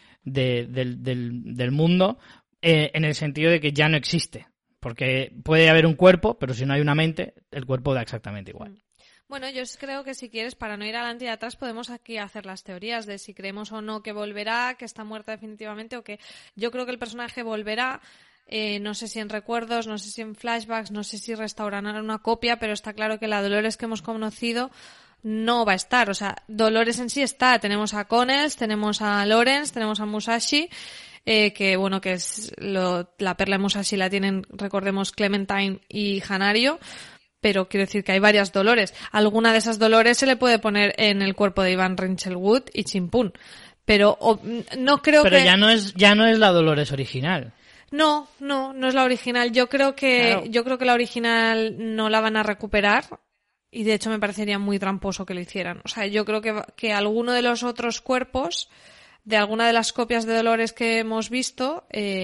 del mundo, en el sentido de que ya no existe, porque puede haber un cuerpo, pero si no hay una mente, el cuerpo da exactamente igual. Bueno, yo creo que si quieres, para no ir adelante y atrás, podemos aquí hacer las teorías de si creemos o no que volverá, que está muerta definitivamente, o que yo creo que el personaje volverá. No sé si en recuerdos, no sé si en flashbacks, no sé si restaurarán una copia, pero está claro que la Dolores que hemos conocido no va a estar. O sea, Dolores en sí está. Tenemos a Connells, tenemos a Lawrence, tenemos a Musashi, que bueno, que es la perla de Musashi la tienen, recordemos, Clementine y Hanario, pero quiero decir que hay varias Dolores. Alguna de esas Dolores se le puede poner en el cuerpo de Ivan Rachel y Chimpún. Pero no creo que... Pero ya no es la Dolores original. No es la original. Yo creo que la original no la van a recuperar. Y de hecho me parecería muy tramposo que lo hicieran. O sea, yo creo que alguno de los otros cuerpos, de alguna de las copias de Dolores que hemos visto,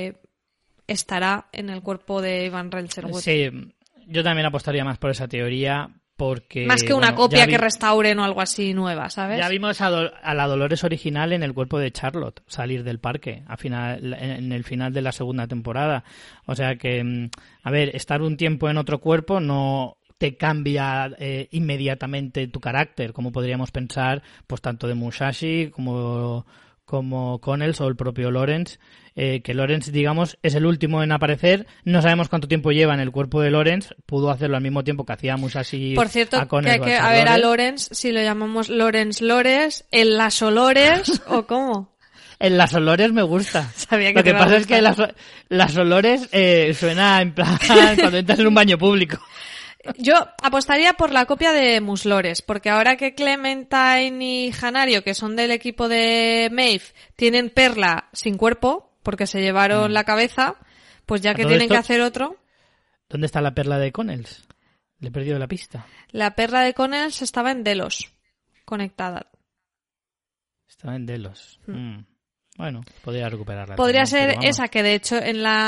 estará en el cuerpo de Ivan Rachel. Sí, yo también apostaría más por esa teoría, porque... Más que una copia que restauren o algo así nueva, ¿sabes? Ya vimos a la Dolores original en el cuerpo de Charlotte salir del parque en el final de la segunda temporada. O sea que, a ver, estar un tiempo en otro cuerpo no te cambia inmediatamente tu carácter, como podríamos pensar, pues tanto de Musashi como Connells o el propio Lawrence, que Lawrence, digamos, es el último en aparecer. No sabemos cuánto tiempo lleva en el cuerpo de Lawrence. Pudo hacerlo al mismo tiempo que hacía Musashi. Por cierto, a Connells, que hay que ver a Lawrence, si lo llamamos Lawrence Lores, en las Olores o cómo. En las Olores me gusta. Sabía que lo que pasa es que las Olores suena en plan cuando entras en un baño público. Yo apostaría por la copia de Muslores, porque ahora que Clementine y Hanario, que son del equipo de Maeve, tienen Perla sin cuerpo, porque se llevaron la cabeza, pues ya que tienen que hacer otro... ¿Dónde está la perla de Connells? Le he perdido la pista. La perla de Connells estaba en Delos, conectada. Estaba en Delos. Bueno, podría recuperarla. Podría ser esa, que de hecho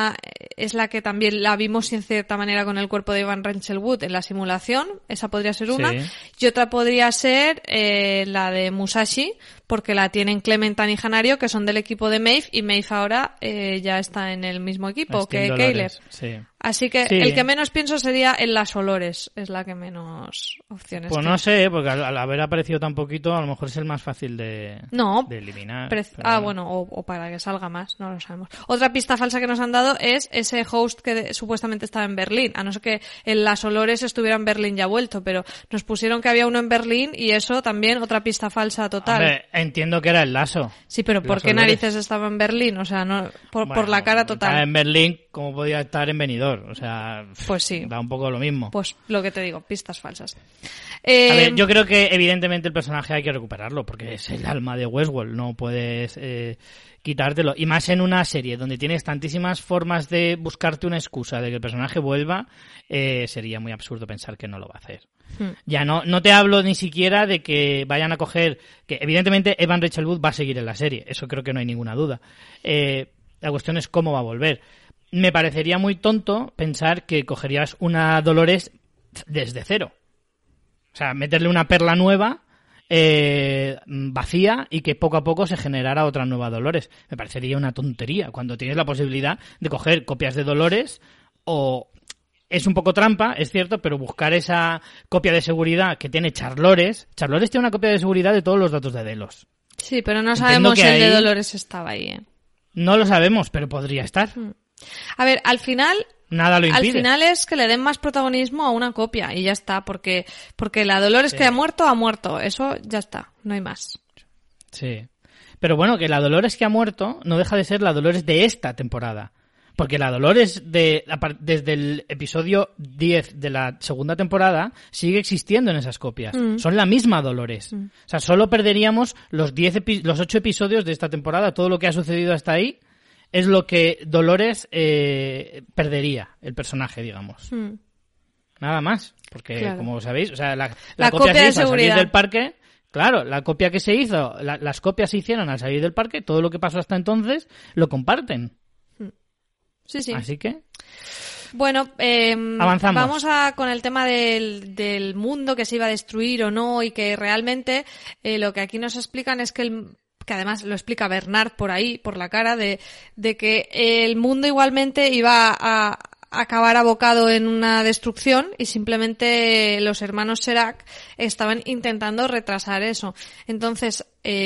es la que también la vimos en cierta manera con el cuerpo de Ivan Rachel Wood en la simulación. Esa podría ser una. Sí. Y otra podría ser la de Musashi, porque la tienen Clementine y Hanario, que son del equipo de Maeve, y Maeve ahora ya está en el mismo equipo que Caleb. Sí. Así que el que menos pienso sería en las Olores, es la que menos opciones pues tiene. No sé, porque al haber aparecido tan poquito, a lo mejor es el más fácil de eliminar. Bueno, o para que salga más, no lo sabemos. Otra pista falsa que nos han dado es ese host que supuestamente estaba en Berlín, a no ser que en las Olores estuviera en Berlín ya vuelto, pero nos pusieron que había uno en Berlín y eso también otra pista falsa total. Hombre, entiendo que era el Lasso. Sí, pero ¿por qué narices estaba en Berlín? O sea, no por la cara total. Estaba en Berlín, como podía estar en Benidorm, o sea, pues sí. Da un poco lo mismo. Pues lo que te digo, pistas falsas. A ver, yo creo que evidentemente el personaje hay que recuperarlo, porque es el alma de Westworld, no puedes quitártelo. Y más en una serie donde tienes tantísimas formas de buscarte una excusa de que el personaje vuelva, sería muy absurdo pensar que no lo va a hacer. Ya no te hablo ni siquiera de que vayan a coger, que evidentemente Evan Rachel Wood va a seguir en la serie, eso creo que no hay ninguna duda. La cuestión es cómo va a volver. Me parecería muy tonto pensar que cogerías una Dolores desde cero. O sea, meterle una perla nueva vacía y que poco a poco se generara otra nueva Dolores. Me parecería una tontería cuando tienes la posibilidad de coger copias de Dolores o... Es un poco trampa, es cierto, pero buscar esa copia de seguridad que tiene Charlores. Charlores tiene una copia de seguridad de todos los datos de Delos. Sí, pero no sabemos si el de Dolores estaba ahí, ¿eh? No lo sabemos, pero podría estar. A ver, al final... Nada lo impide. Al final es que le den más protagonismo a una copia y ya está, porque la Dolores que ha muerto, eso ya está, no hay más. Sí. Pero bueno, que la Dolores que ha muerto no deja de ser la Dolores de esta temporada. Porque la Dolores desde el episodio 10 de la segunda temporada sigue existiendo en esas copias. Son la misma Dolores. O sea, solo perderíamos los 8 episodios de esta temporada. Todo lo que ha sucedido hasta ahí es lo que Dolores perdería, el personaje, digamos. Nada más. Porque, claro, como sabéis, o sea, la copia se hizo al salir del parque. Claro, la copia que se hizo, las copias se hicieron al salir del parque. Todo lo que pasó hasta entonces lo comparten. Sí, sí. Así que... Bueno, avanzamos. Vamos con el tema del mundo que se iba a destruir o no, y que realmente lo que aquí nos explican es que además lo explica Bernard por ahí, por la cara, de que el mundo igualmente iba a acabar abocado en una destrucción y simplemente los hermanos Serac estaban intentando retrasar eso. Entonces,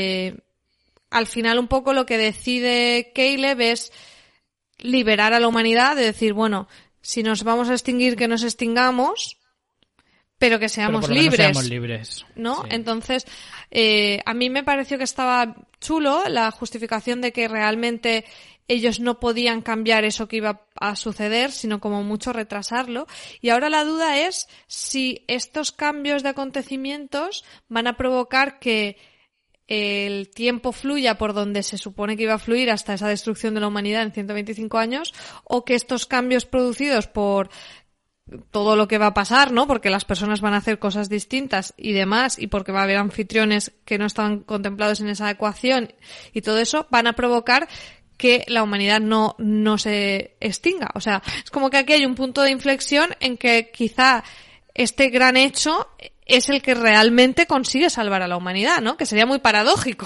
al final un poco lo que decide Caleb es liberar a la humanidad, de decir, bueno, si nos vamos a extinguir, que nos extingamos, pero que seamos libres. Seamos libres, ¿no? Sí. Entonces, a mí me pareció que estaba chulo la justificación de que realmente ellos no podían cambiar eso que iba a suceder, sino como mucho retrasarlo. Y ahora la duda es si estos cambios de acontecimientos van a provocar que el tiempo fluya por donde se supone que iba a fluir hasta esa destrucción de la humanidad en 125 años, o que estos cambios producidos por todo lo que va a pasar, ¿no? Porque las personas van a hacer cosas distintas y demás, y porque va a haber anfitriones que no estaban contemplados en esa ecuación y todo eso, van a provocar que la humanidad no se extinga. O sea, es como que aquí hay un punto de inflexión en que quizá este gran hecho es el que realmente consigue salvar a la humanidad, ¿no? Que sería muy paradójico.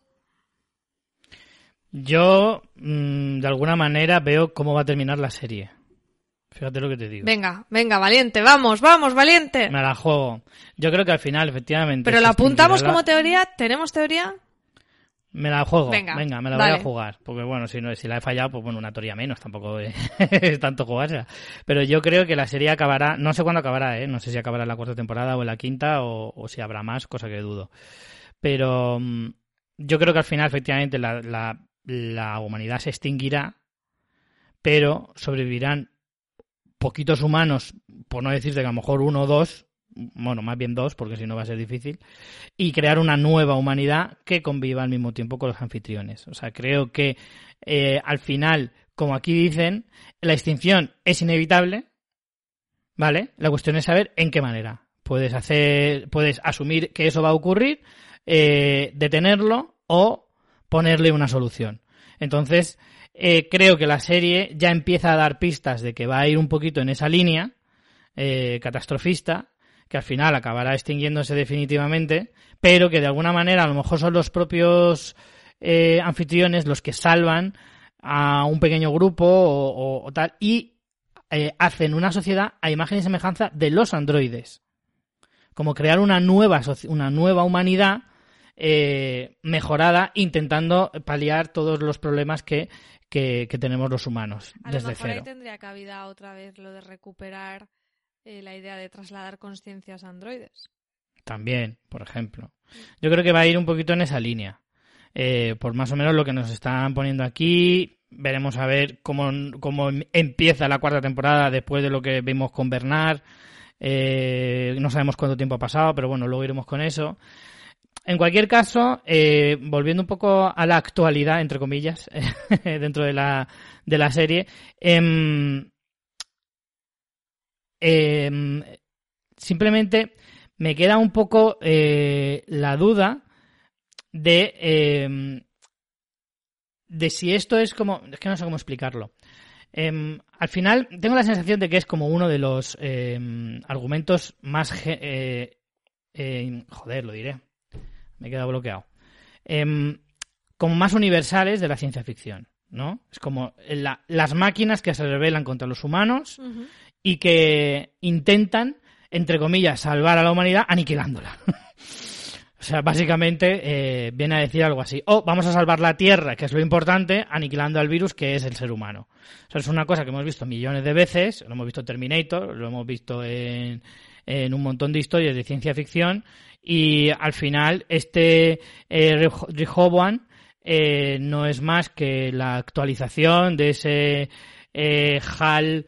Yo, de alguna manera, veo cómo va a terminar la serie. Fíjate lo que te digo. Venga, valiente, vamos, valiente. Me la juego. Yo creo que al final, efectivamente... ¿Pero la apuntamos como teoría? ¿Tenemos teoría? Me la juego. Venga, me la voy a jugar. Porque bueno, si la he fallado, pues bueno, una teoría menos. Tampoco es tanto jugársela. Pero yo creo que la serie acabará... No sé cuándo acabará, ¿eh? No sé si acabará en la cuarta temporada o en la quinta o si habrá más, cosa que dudo. Pero yo creo que al final, efectivamente, la humanidad se extinguirá, pero sobrevivirán poquitos humanos, por no decirte que a lo mejor 1 o 2, bueno, más bien 2, porque si no va a ser difícil, y crear una nueva humanidad que conviva al mismo tiempo con los anfitriones. O sea, creo que al final, como aquí dicen, la extinción es inevitable, ¿vale? La cuestión es saber en qué manera. Puedes asumir que eso va a ocurrir, detenerlo o ponerle una solución. Entonces, creo que la serie ya empieza a dar pistas de que va a ir un poquito en esa línea catastrofista, que al final acabará extinguiéndose definitivamente, pero que de alguna manera a lo mejor son los propios anfitriones los que salvan a un pequeño grupo o tal, y hacen una sociedad a imagen y semejanza de los androides. Como crear una nueva humanidad mejorada, intentando paliar todos los problemas que tenemos los humanos desde cero. A lo mejor ahí tendría cabida otra vez lo de recuperar la idea de trasladar conciencias a androides. También, por ejemplo. Yo creo que va a ir un poquito en esa línea. Por más o menos lo que nos están poniendo aquí, veremos a ver cómo empieza la cuarta temporada después de lo que vimos con Bernard. No sabemos cuánto tiempo ha pasado, pero bueno, luego iremos con eso. En cualquier caso, volviendo un poco a la actualidad, entre comillas, dentro de la serie, simplemente me queda un poco la duda de si esto es como... Es que no sé cómo explicarlo. Al final, tengo la sensación de que es como uno de los argumentos más... joder, lo diré. me he quedado bloqueado. Como más universales de la ciencia ficción, ¿no? Es como las máquinas que se rebelan contra los humanos y que intentan, entre comillas, salvar a la humanidad aniquilándola. O sea, básicamente viene a decir algo así. Vamos a salvar la Tierra, que es lo importante, aniquilando al virus, que es el ser humano. O sea, es una cosa que hemos visto millones de veces. Lo hemos visto en Terminator, lo hemos visto en un montón de historias de ciencia ficción. Y al final, Rehoboam no es más que la actualización de ese HAL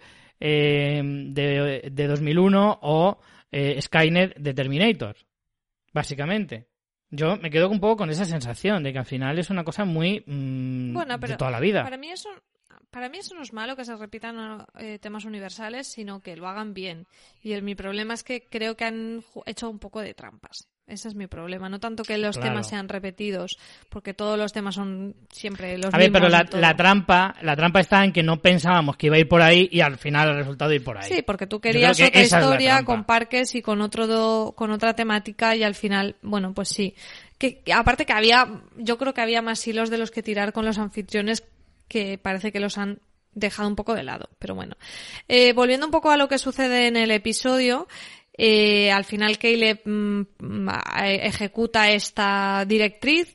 de 2001 o Skynet de Terminator. Básicamente. Yo me quedo un poco con esa sensación de que al final es una cosa muy de toda la vida. Para mí eso no es malo que se repitan temas universales, sino que lo hagan bien. Y mi problema es que creo que han hecho un poco de trampas. Ese es mi problema. No tanto que los temas sean repetidos, porque todos los temas son siempre los mismos. A ver, pero la trampa está en que no pensábamos que iba a ir por ahí y al final el resultado ir por ahí. Sí, porque tú querías otra historia con parques y con otra temática y al final, bueno, pues sí. Que aparte que yo creo que había más hilos de los que tirar con los anfitriones, que parece que los han dejado un poco de lado, pero bueno. Volviendo un poco a lo que sucede en el episodio, al final Caleb ejecuta esta directriz.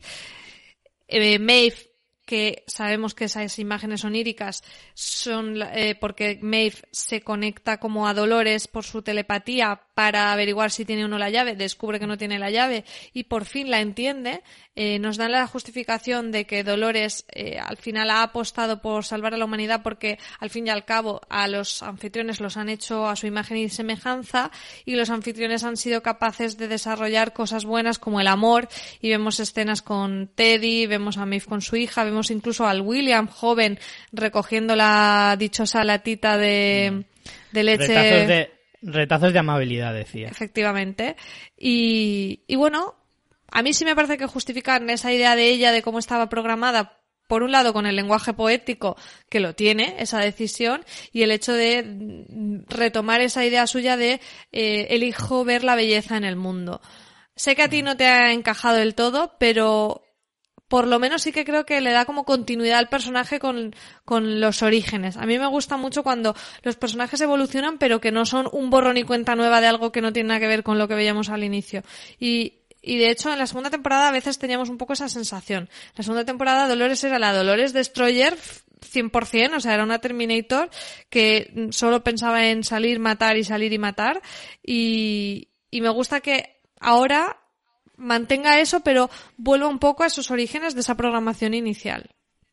Maeve, que sabemos que esas imágenes oníricas son porque Maeve se conecta como a Dolores por su telepatía para averiguar si tiene o no la llave, descubre que no tiene la llave y por fin la entiende. Nos dan la justificación de que Dolores al final ha apostado por salvar a la humanidad porque al fin y al cabo a los anfitriones los han hecho a su imagen y semejanza y los anfitriones han sido capaces de desarrollar cosas buenas como el amor y vemos escenas con Teddy, vemos a Maeve con su hija, vemos incluso al William joven recogiendo la dichosa latita de leche. Retazos de amabilidad, decía. Efectivamente. Y bueno, a mí sí me parece que justifican esa idea de ella de cómo estaba programada, por un lado con el lenguaje poético que lo tiene, esa decisión, y el hecho de retomar esa idea suya de elijo ver la belleza en el mundo. Sé que a ti no te ha encajado del todo, pero por lo menos sí que creo que le da como continuidad al personaje con los orígenes. A mí me gusta mucho cuando los personajes evolucionan, pero que no son un borrón y cuenta nueva de algo que no tiene nada que ver con lo que veíamos al inicio. Y de hecho, en la segunda temporada a veces teníamos un poco esa sensación. En la segunda temporada Dolores era la Dolores Destroyer 100%, o sea, era una Terminator que solo pensaba en salir, matar y salir y matar. Y me gusta que ahora mantenga eso, pero vuelva un poco a sus orígenes de esa programación inicial.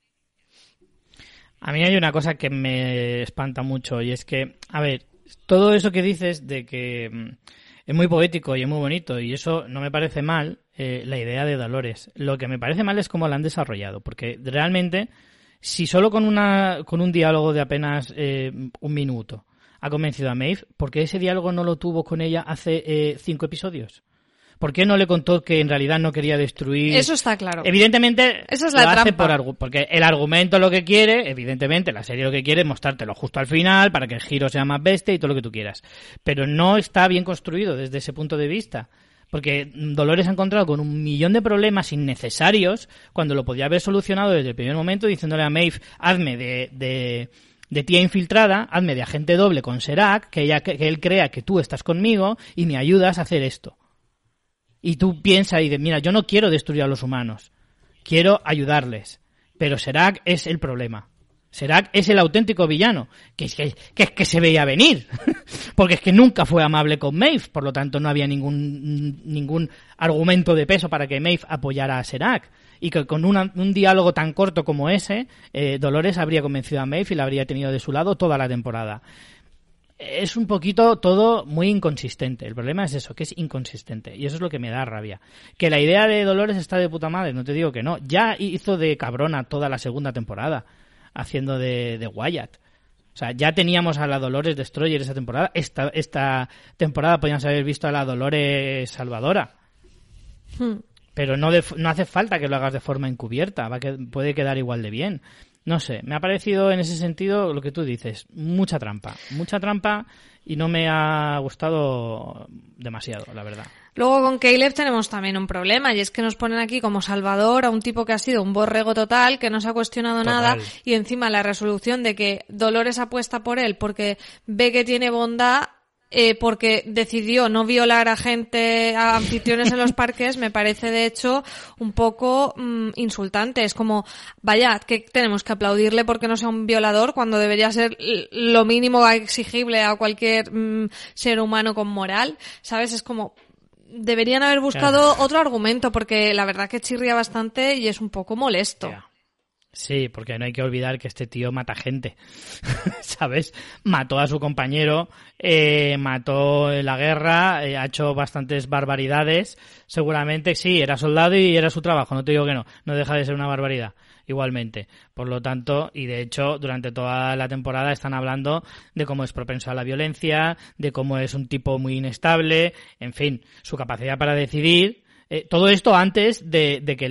A mí hay una cosa que me espanta mucho y es que, a ver, todo eso que dices de que es muy poético y es muy bonito y eso no me parece mal, la idea de Dolores. Lo que me parece mal es cómo la han desarrollado, porque realmente, si solo con un diálogo de apenas un minuto ha convencido a Maeve, ¿por qué ese diálogo no lo tuvo con ella hace 5 episodios? ¿Por qué no le contó que en realidad no quería destruir? Eso está claro. Evidentemente, esa es la lo hace trampa. porque el argumento lo que quiere, evidentemente, la serie lo que quiere es mostrártelo justo al final para que el giro sea más bestia y todo lo que tú quieras. Pero no está bien construido desde ese punto de vista. Porque Dolores ha encontrado con un millón de problemas innecesarios cuando lo podía haber solucionado desde el primer momento diciéndole a Maeve, hazme de tía infiltrada, hazme de agente doble con Serac, que él crea que tú estás conmigo y me ayudas a hacer esto. Y tú piensas y dices, mira, yo no quiero destruir a los humanos, quiero ayudarles, pero Serac es el problema. Serac es el auténtico villano, que es que se veía venir, porque es que nunca fue amable con Maeve, por lo tanto no había ningún argumento de peso para que Maeve apoyara a Serac. Y que con un diálogo tan corto como ese, Dolores habría convencido a Maeve y la habría tenido de su lado toda la temporada. Es un poquito todo muy inconsistente. El problema es eso, que es inconsistente. Y eso es lo que me da rabia. Que la idea de Dolores está de puta madre, no te digo que no. Ya hizo de cabrona toda la segunda temporada, haciendo de Wyatt. O sea, ya teníamos a la Dolores Destroyer esa temporada. Esta temporada podíamos haber visto a la Dolores Salvadora. Pero no hace falta que lo hagas de forma encubierta. Puede quedar igual de bien. No sé, me ha parecido en ese sentido lo que tú dices, mucha trampa y no me ha gustado demasiado, la verdad. Luego con Caleb tenemos también un problema, y es que nos ponen aquí como salvador a un tipo que ha sido un borrego total, que no se ha cuestionado nada, y encima la resolución de que Dolores apuesta por él porque ve que tiene bondad, porque decidió no violar a anfitriones en los parques, me parece de hecho un poco insultante. Es como, vaya, que tenemos que aplaudirle porque no sea un violador cuando debería ser lo mínimo exigible a cualquier ser humano con moral, ¿sabes? Es como, deberían haber buscado otro argumento, porque la verdad que chirría bastante y es un poco molesto. Sí, porque no hay que olvidar que este tío mata gente, ¿sabes? Mató a su compañero, mató en la guerra, ha hecho bastantes barbaridades. Seguramente sí, era soldado y era su trabajo, no te digo que no deja de ser una barbaridad, igualmente. Por lo tanto, y de hecho, durante toda la temporada están hablando de cómo es propenso a la violencia, de cómo es un tipo muy inestable, en fin, su capacidad para decidir. Todo esto antes de que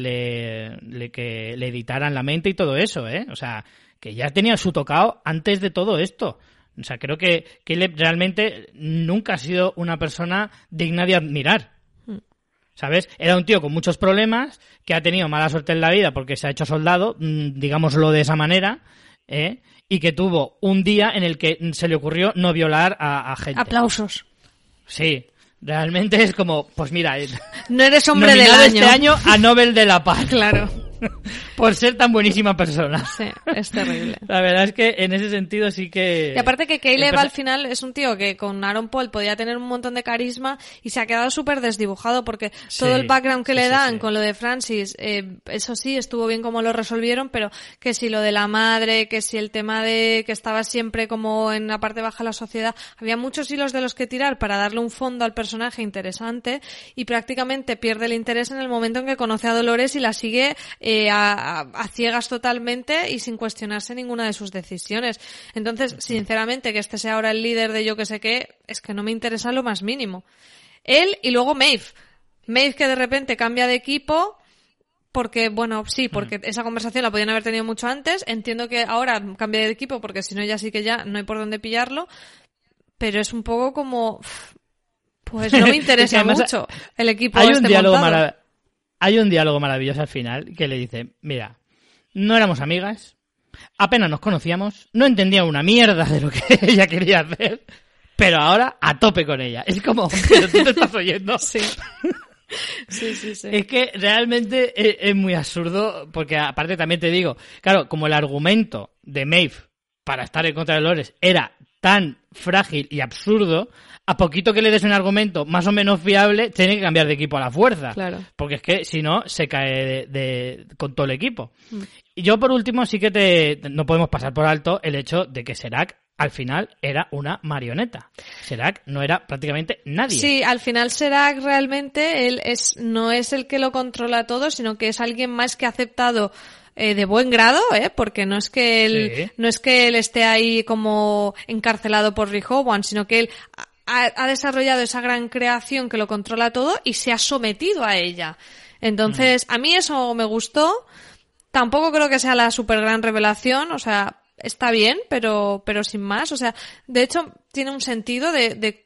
le editaran la mente y todo eso, ¿eh? O sea, que ya tenía su tocado antes de todo esto. O sea, creo que Caleb realmente nunca ha sido una persona digna de admirar. ¿Sabes? Era un tío con muchos problemas, que ha tenido mala suerte en la vida porque se ha hecho soldado, digámoslo de esa manera, y que tuvo un día en el que se le ocurrió no violar a gente. Aplausos. Sí. Realmente es como, pues mira, no eres hombre del año. Este año a Nobel de la Paz. Claro. Por ser tan buenísima persona. Sí, es terrible. La verdad es que en ese sentido sí que... Y aparte que Caleb al final es un tío que con Aaron Paul podía tener un montón de carisma y se ha quedado súper desdibujado, porque todo el background que le dan con lo de Francis, eso sí, estuvo bien como lo resolvieron, pero que si lo de la madre, que si el tema de que estaba siempre como en la parte baja de la sociedad, había muchos hilos de los que tirar para darle un fondo al personaje interesante, y prácticamente pierde el interés en el momento en que conoce a Dolores y la sigue a ciegas totalmente y sin cuestionarse ninguna de sus decisiones. Entonces, sinceramente, que este sea ahora el líder de yo que sé qué, es que no me interesa lo más mínimo. Él y luego Maeve. Maeve, que de repente cambia de equipo porque, bueno, sí, porque esa conversación la podían haber tenido mucho antes. Entiendo que ahora cambia de equipo porque si no ya sí que ya no hay por dónde pillarlo, pero es un poco como... Pues no me interesa mucho el equipo hay este un diálogo montado. Hay un diálogo maravilloso al final que le dice, mira, no éramos amigas, apenas nos conocíamos, no entendía una mierda de lo que ella quería hacer, pero ahora a tope con ella. Es como, pero tú te estás oyendo. Sí. Sí. Es que realmente es muy absurdo, porque aparte también te digo, claro, como el argumento de Maeve para estar en contra de Dolores era tan frágil y absurdo, a poquito que le des un argumento más o menos fiable, tiene que cambiar de equipo a la fuerza. Claro. Porque es que si no, se cae con todo el equipo. Y yo, por último, sí que no podemos pasar por alto el hecho de que Serac al final era una marioneta. Serac no era prácticamente nadie. Sí, al final Serac realmente no es el que lo controla todo, sino que es alguien más que ha aceptado de buen grado, porque no es que él esté ahí como encarcelado por Rehoboam, sino que él ha desarrollado esa gran creación que lo controla todo y se ha sometido a ella. Entonces, a mí eso me gustó. Tampoco creo que sea la super gran revelación, o sea, está bien, pero sin más. O sea, de hecho, tiene un sentido de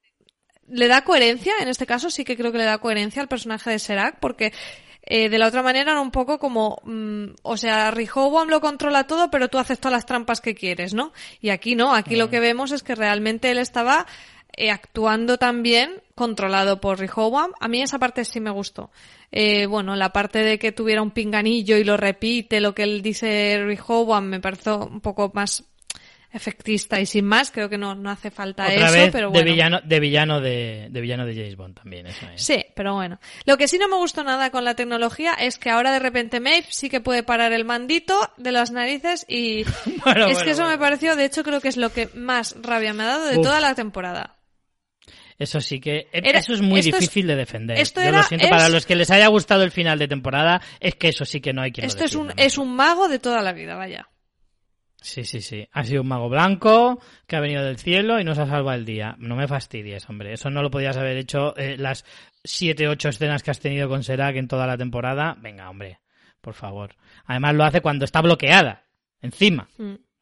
le da coherencia, en este caso sí que creo que le da coherencia al personaje de Serac, porque de la otra manera era un poco como, o sea, Rehoboam lo controla todo, pero tú haces todas las trampas que quieres, ¿no? Y aquí no, aquí lo que vemos es que realmente él estaba actuando también controlado por Rehoboam. A mí esa parte sí me gustó. Bueno, la parte de que tuviera un pinganillo y lo repite, lo que él dice Rehoboam, me pareció un poco más efectista y sin más. Creo que no hace falta otra eso, vez pero bueno. De villano de James Bond también, eso es. Sí, pero bueno. Lo que sí no me gustó nada con la tecnología es que ahora de repente Maeve sí que puede parar el mandito de las narices y eso me pareció, de hecho creo que es lo que más rabia me ha dado de toda la temporada. Eso sí que... eso es muy difícil de defender. Yo lo siento, para los que les haya gustado el final de temporada, es que eso sí que no hay quien lo defienda. Esto es un mago de toda la vida, vaya. Sí. Ha sido un mago blanco que ha venido del cielo y nos ha salvado el día. No me fastidies, hombre. Eso no lo podías haber hecho las 7-8 escenas que has tenido con Serac en toda la temporada. Venga, hombre, por favor. Además lo hace cuando está bloqueada, encima.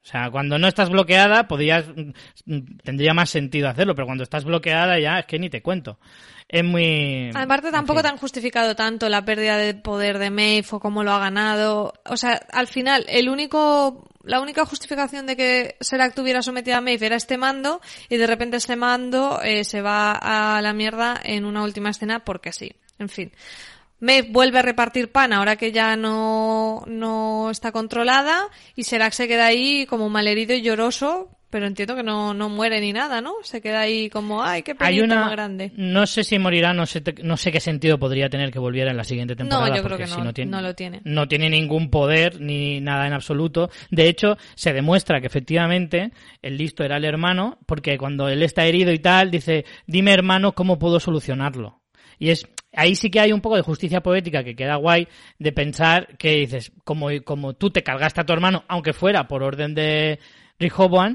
O sea, cuando no estás bloqueada tendría más sentido hacerlo, pero cuando estás bloqueada ya es que ni te cuento. Es muy... Aparte tampoco te han justificado tanto la pérdida de poder de Maeve o cómo lo ha ganado. O sea, al final la única justificación de que Serac tuviera sometida a Maeve era este mando, y de repente este mando se va a la mierda en una última escena porque sí. En fin. Maeve vuelve a repartir pan ahora que ya no está controlada, y Serac se queda ahí como malherido y lloroso, pero entiendo que no muere ni nada, ¿no? Se queda ahí como, ¡ay, qué penita más grande! No sé si morirá, no sé qué sentido podría tener que volviera en la siguiente temporada. No, yo creo que si no lo tiene. No tiene ningún poder ni nada en absoluto. De hecho, se demuestra que efectivamente el listo era el hermano, porque cuando él está herido y tal, dice, dime hermano, ¿cómo puedo solucionarlo? Y ahí sí que hay un poco de justicia poética que queda guay, de pensar que dices, como tú te cargaste a tu hermano, aunque fuera por orden de Rehoboam,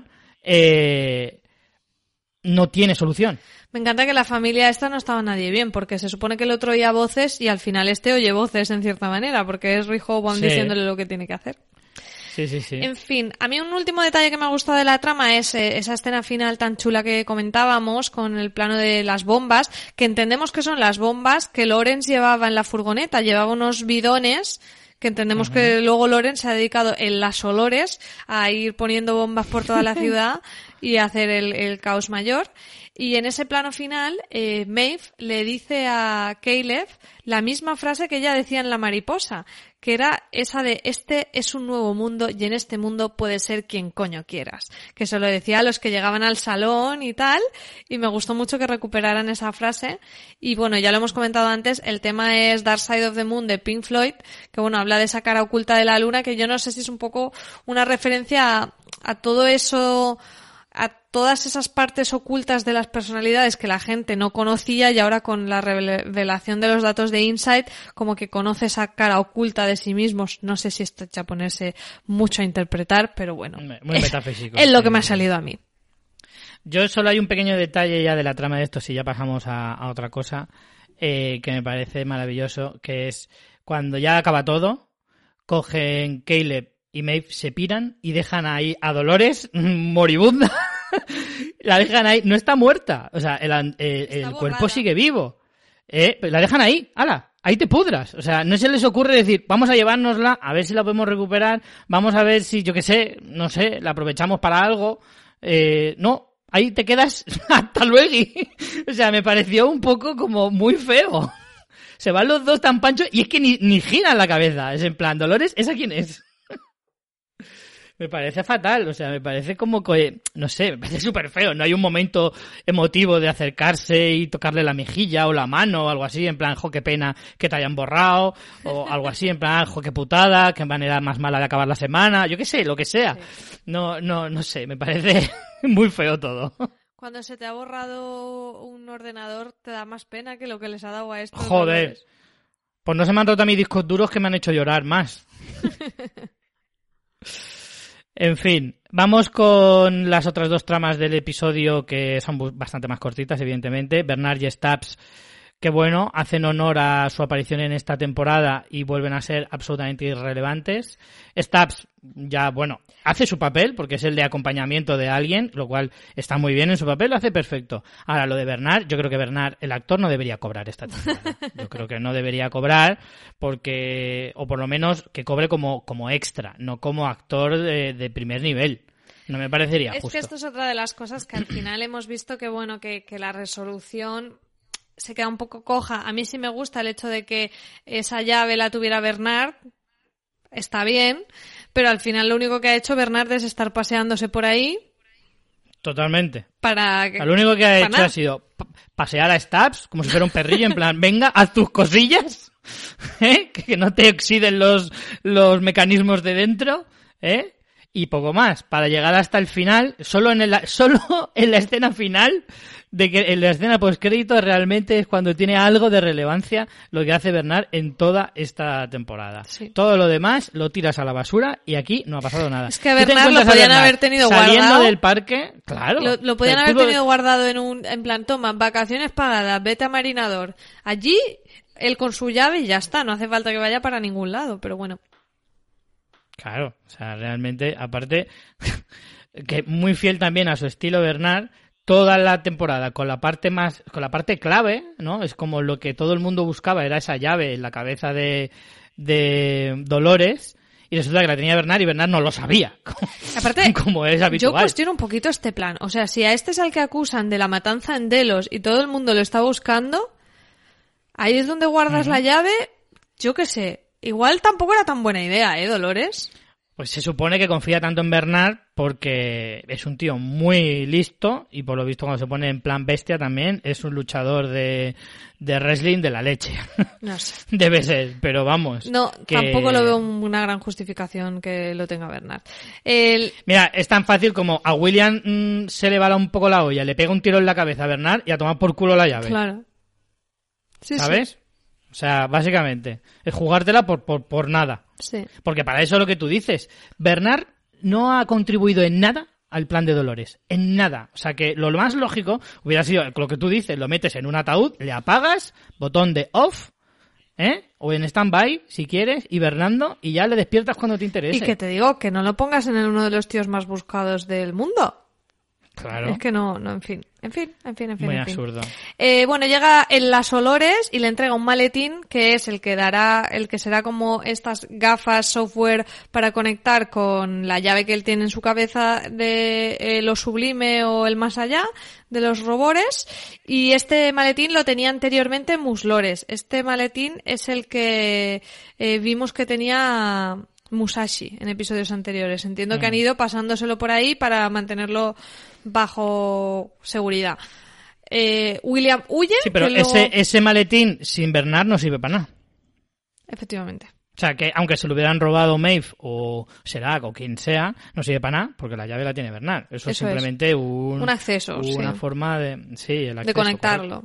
no tiene solución. Me encanta que la familia esta no estaba nadie bien, porque se supone que el otro oía voces y al final este oye voces en cierta manera, porque es Rehoboam diciéndole lo que tiene que hacer. Sí, sí, sí. En fin, a mí un último detalle que me ha gustado de la trama es esa escena final tan chula que comentábamos con el plano de las bombas, que entendemos que son las bombas que Lawrence llevaba en la furgoneta, llevaba unos bidones que entendemos que luego Lawrence se ha dedicado en las olores a ir poniendo bombas por toda la ciudad y a hacer el caos mayor. Y en ese plano final, Maeve le dice a Caleb la misma frase que ella decía en La Mariposa, que era esa de este es un nuevo mundo y en este mundo puedes ser quien coño quieras. Que se lo decía a los que llegaban al salón y tal, y me gustó mucho que recuperaran esa frase. Y bueno, ya lo hemos comentado antes, el tema es Dark Side of the Moon de Pink Floyd, que bueno, habla de esa cara oculta de la luna, que yo no sé si es un poco una referencia a todo eso, a todas esas partes ocultas de las personalidades que la gente no conocía, y ahora con la revelación de los datos de Insight como que conoce esa cara oculta de sí mismos. No sé si esto echa a ponerse mucho a interpretar, pero bueno, muy metafísico. Es lo que me ha salido a mí. Yo solo hay un pequeño detalle ya de la trama de esto, si ya pasamos a otra cosa, que me parece maravilloso, que es cuando ya acaba todo, cogen Caleb y Maeve, se piran y dejan ahí a Dolores moribunda. La dejan ahí, no está muerta, o sea, el cuerpo sigue vivo. La dejan ahí, ¡hala! Ahí te pudras. O sea, no se les ocurre decir, vamos a llevárnosla, a ver si la podemos recuperar, vamos a ver si, yo qué sé, no sé, la aprovechamos para algo. No, ahí te quedas hasta luego. O sea, me pareció un poco como muy feo. Se van los dos tan panchos y es que ni giran la cabeza. Es en plan, Dolores, ¿esa quién es? Me parece fatal, o sea, me parece como que, no sé, me parece súper feo. No hay un momento emotivo de acercarse y tocarle la mejilla o la mano o algo así, en plan, jo, qué pena que te hayan borrado, o algo así, en plan, jo, qué putada, qué manera más mala de acabar la semana, yo qué sé, lo que sea. Sí. No sé, me parece muy feo todo. Cuando se te ha borrado un ordenador te da más pena que lo que les ha dado a estos. Joder, pues no se me han roto a mis discos duros que me han hecho llorar más. En fin, vamos con las otras dos tramas del episodio, que son bastante más cortitas, evidentemente. Bernard y Stubbs, que bueno, hacen honor a su aparición en esta temporada y vuelven a ser absolutamente irrelevantes. Stubbs ya, bueno, hace su papel porque es el de acompañamiento de alguien, lo cual está muy bien en su papel, lo hace perfecto. Ahora, lo de Bernard, yo creo que Bernard, el actor, no debería cobrar esta temporada. Yo creo que no debería cobrar porque, o por lo menos que cobre como extra, no como actor de primer nivel. No me parecería justo. Es que esto es otra de las cosas que al final hemos visto que, bueno, que la resolución se queda un poco coja. A mí sí me gusta el hecho de que esa llave la tuviera Bernard, está bien, pero al final lo único que ha hecho Bernard es estar paseándose por ahí. Totalmente. Lo único que ha hecho ha sido pasear a Stubbs como si fuera un perrillo, en plan, venga, haz tus cosillas, que no te oxiden los mecanismos de dentro, y poco más, para llegar hasta el final, solo en la escena final, de que en la escena postcrédito realmente es cuando tiene algo de relevancia lo que hace Bernard en toda esta temporada. Sí. Todo lo demás lo tiras a la basura y aquí no ha pasado nada. Es que a Bernard lo podían haber tenido saliendo guardado. Del parque, claro. Lo podían haber tenido guardado en plan, toma, vacaciones pagadas, vete a Marinador. Allí, él con su llave y ya está, no hace falta que vaya para ningún lado, pero bueno. Claro, o sea, realmente, aparte, que muy fiel también a su estilo Bernard, toda la temporada con la parte clave, ¿no? Es como lo que todo el mundo buscaba, era esa llave en la cabeza de Dolores, y resulta que la tenía Bernard y Bernard no lo sabía. Aparte, como es habitual. Yo cuestiono un poquito este plan. O sea, si a este es al que acusan de la matanza en Delos y todo el mundo lo está buscando, ahí es donde guardas la llave, yo qué sé. Igual tampoco era tan buena idea, Dolores? Pues se supone que confía tanto en Bernard porque es un tío muy listo y por lo visto cuando se pone en plan bestia también es un luchador de wrestling de la leche. No sé. Debe ser, pero vamos. No, tampoco lo veo una gran justificación que lo tenga Bernard. Mira, es tan fácil como a William se le va un poco la olla, le pega un tiro en la cabeza a Bernard y a tomar por culo la llave. Claro. Sí, ¿sabes? Sí. O sea, básicamente, es jugártela por nada. Sí. Porque para eso es lo que tú dices. Bernard no ha contribuido en nada al plan de Dolores. En nada. O sea que lo más lógico hubiera sido lo que tú dices, lo metes en un ataúd, le apagas, botón de off, o en stand-by, si quieres, hibernando, y ya le despiertas cuando te interese. Y que te digo, que no lo pongas en uno de los tíos más buscados del mundo. Claro. Es que no, en fin. Muy absurdo. Bueno, llega en las Olores y le entrega un maletín que es el que será como estas gafas software para conectar con la llave que él tiene en su cabeza de lo sublime o el más allá de los robores. Y este maletín lo tenía anteriormente Muslores. Este maletín es el que vimos que tenía Musashi en episodios anteriores. Entiendo que han ido pasándoselo por ahí para mantenerlo bajo seguridad. William huye. Sí, pero luego... ese maletín sin Bernard no sirve para nada. Efectivamente. O sea, que aunque se lo hubieran robado Maeve o Serac o quien sea, no sirve para nada porque la llave la tiene Bernard. Eso es simplemente un acceso. Una forma de... Sí, el acceso. De conectarlo.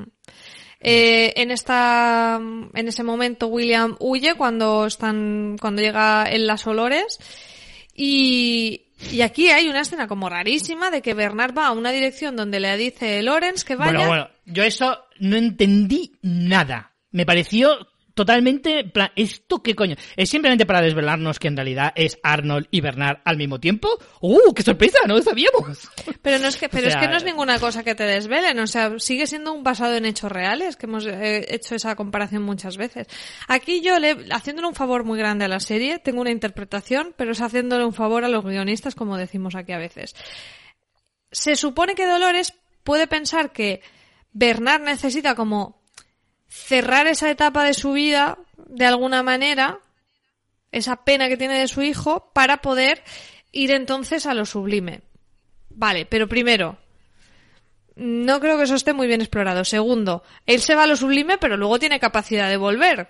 En ese momento William huye cuando llega en las Olores y aquí hay una escena como rarísima de que Bernard va a una dirección donde le dice Lawrence que vaya. Bueno, yo eso no entendí nada. Me pareció totalmente... ¿Esto qué coño? ¿Es simplemente para desvelarnos que en realidad es Arnold y Bernard al mismo tiempo? ¡Qué sorpresa! ¡No lo sabíamos! Pero es que no es ninguna cosa que te desvelen. O sea, sigue siendo un basado en hechos reales, que hemos hecho esa comparación muchas veces. Aquí yo, haciéndole un favor muy grande a la serie, tengo una interpretación, pero es haciéndole un favor a los guionistas, como decimos aquí a veces. Se supone que Dolores puede pensar que Bernard necesita como cerrar esa etapa de su vida de alguna manera, esa pena que tiene de su hijo, para poder ir entonces a lo sublime. Vale, pero primero, no creo que eso esté muy bien explorado. Segundo, él se va a lo sublime, pero luego tiene capacidad de volver.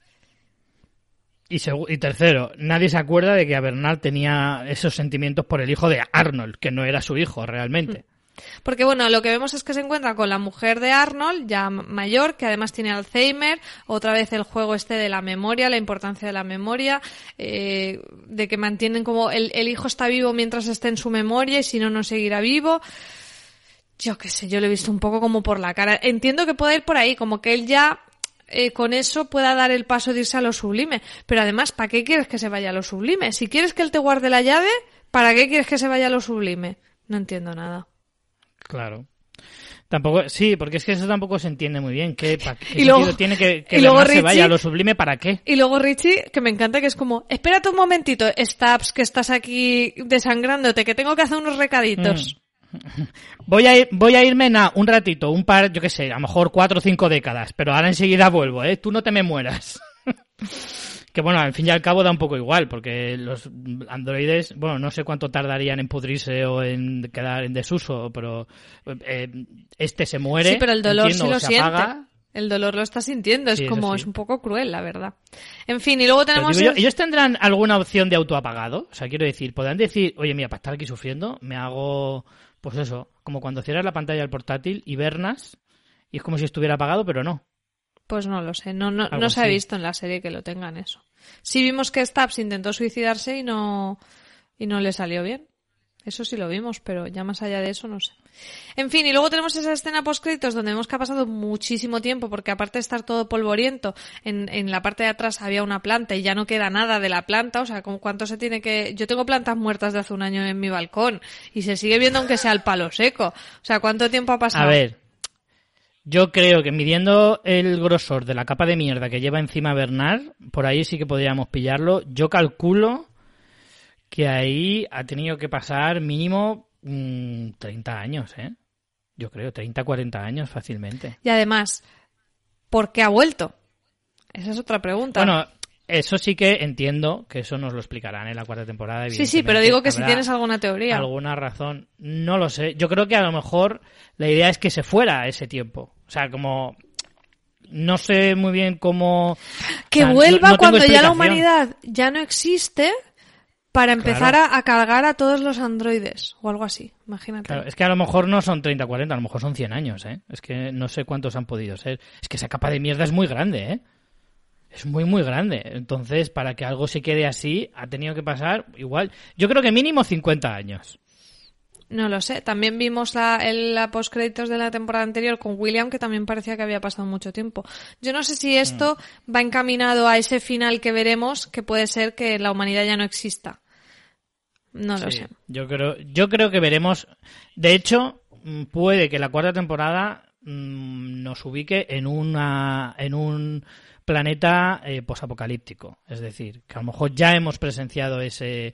Y tercero, nadie se acuerda de que Bernard tenía esos sentimientos por el hijo de Arnold, que no era su hijo realmente. Porque bueno, lo que vemos es que se encuentra con la mujer de Arnold, ya mayor, que además tiene Alzheimer, otra vez el juego este de la memoria, la importancia de la memoria, de que mantienen como el hijo está vivo mientras esté en su memoria y si no, no seguirá vivo. Yo qué sé, yo lo he visto un poco como por la cara. Entiendo que pueda ir por ahí, como que él ya con eso pueda dar el paso de irse a lo sublime. Pero además, ¿para qué quieres que se vaya a lo sublime? Si quieres que él te guarde la llave, ¿para qué quieres que se vaya a lo sublime? No entiendo nada. Claro. Tampoco, sí, porque es que eso tampoco se entiende muy bien. ¿Qué y luego, sentido tiene que Richie, se vaya a lo sublime? ¿Para qué? Y luego Richie, que me encanta, que es como, espérate un momentito, Stabs, que estás aquí desangrándote, que tengo que hacer unos recaditos. Voy a irme un ratito, un par, yo qué sé, a lo mejor 4 o 5 décadas, pero ahora enseguida vuelvo, tú no te me mueras. Que bueno, al fin y al cabo da un poco igual, porque los androides, bueno, no sé cuánto tardarían en pudrirse o en quedar en desuso, pero este se muere. Sí, pero el dolor sí lo siente. Apaga. El dolor lo está sintiendo, sí, como, sí. es un poco cruel, la verdad. En fin, y luego tenemos... ¿Ellos tendrán alguna opción de autoapagado? O sea, quiero decir, podrán decir, oye, mira, para estar aquí sufriendo, me hago, pues eso, como cuando cierras la pantalla del portátil, hibernas, y es como si estuviera apagado, pero no. Pues no lo sé, no se ha visto en la serie que lo tengan eso. Sí vimos que Stubbs intentó suicidarse y no le salió bien. Eso sí lo vimos, pero ya más allá de eso no sé. En fin, y luego tenemos esa escena post-créditos donde vemos que ha pasado muchísimo tiempo, porque aparte de estar todo polvoriento, en la parte de atrás había una planta y ya no queda nada de la planta. O sea, ¿cuánto se tiene que...? Yo tengo plantas muertas de hace un año en mi balcón y se sigue viendo aunque sea el palo seco. O sea, ¿cuánto tiempo ha pasado? A ver, yo creo que midiendo el grosor de la capa de mierda que lleva encima Bernard, por ahí sí que podríamos pillarlo. Yo calculo que ahí ha tenido que pasar mínimo 30 años, ¿eh? Yo creo, 30, 40 años fácilmente. Y además, ¿por qué ha vuelto? Esa es otra pregunta. Bueno, eso sí que entiendo que eso nos lo explicarán en la cuarta temporada. Sí, pero digo que si tienes alguna teoría. Alguna razón, no lo sé. Yo creo que a lo mejor la idea es que se fuera ese tiempo. O sea, como... No sé muy bien cómo... Que vuelva cuando ya la humanidad ya no existe... Para empezar a cargar a todos los androides o algo así, imagínate. Claro, es que a lo mejor no son 30, 40, a lo mejor son 100 años, ¿eh? Es que no sé cuántos han podido ser. Es que esa capa de mierda es muy grande, ¿eh? Es muy, muy grande. Entonces, para que algo se quede así, ha tenido que pasar igual... Yo creo que mínimo 50 años. No lo sé. También vimos la postcréditos de la temporada anterior con William, que también parecía que había pasado mucho tiempo. Yo no sé si esto va encaminado a ese final que veremos, que puede ser que la humanidad ya no exista. No lo sé. Yo creo que veremos. De hecho, puede que la cuarta temporada nos ubique en un planeta posapocalíptico. Es decir, que a lo mejor ya hemos presenciado ese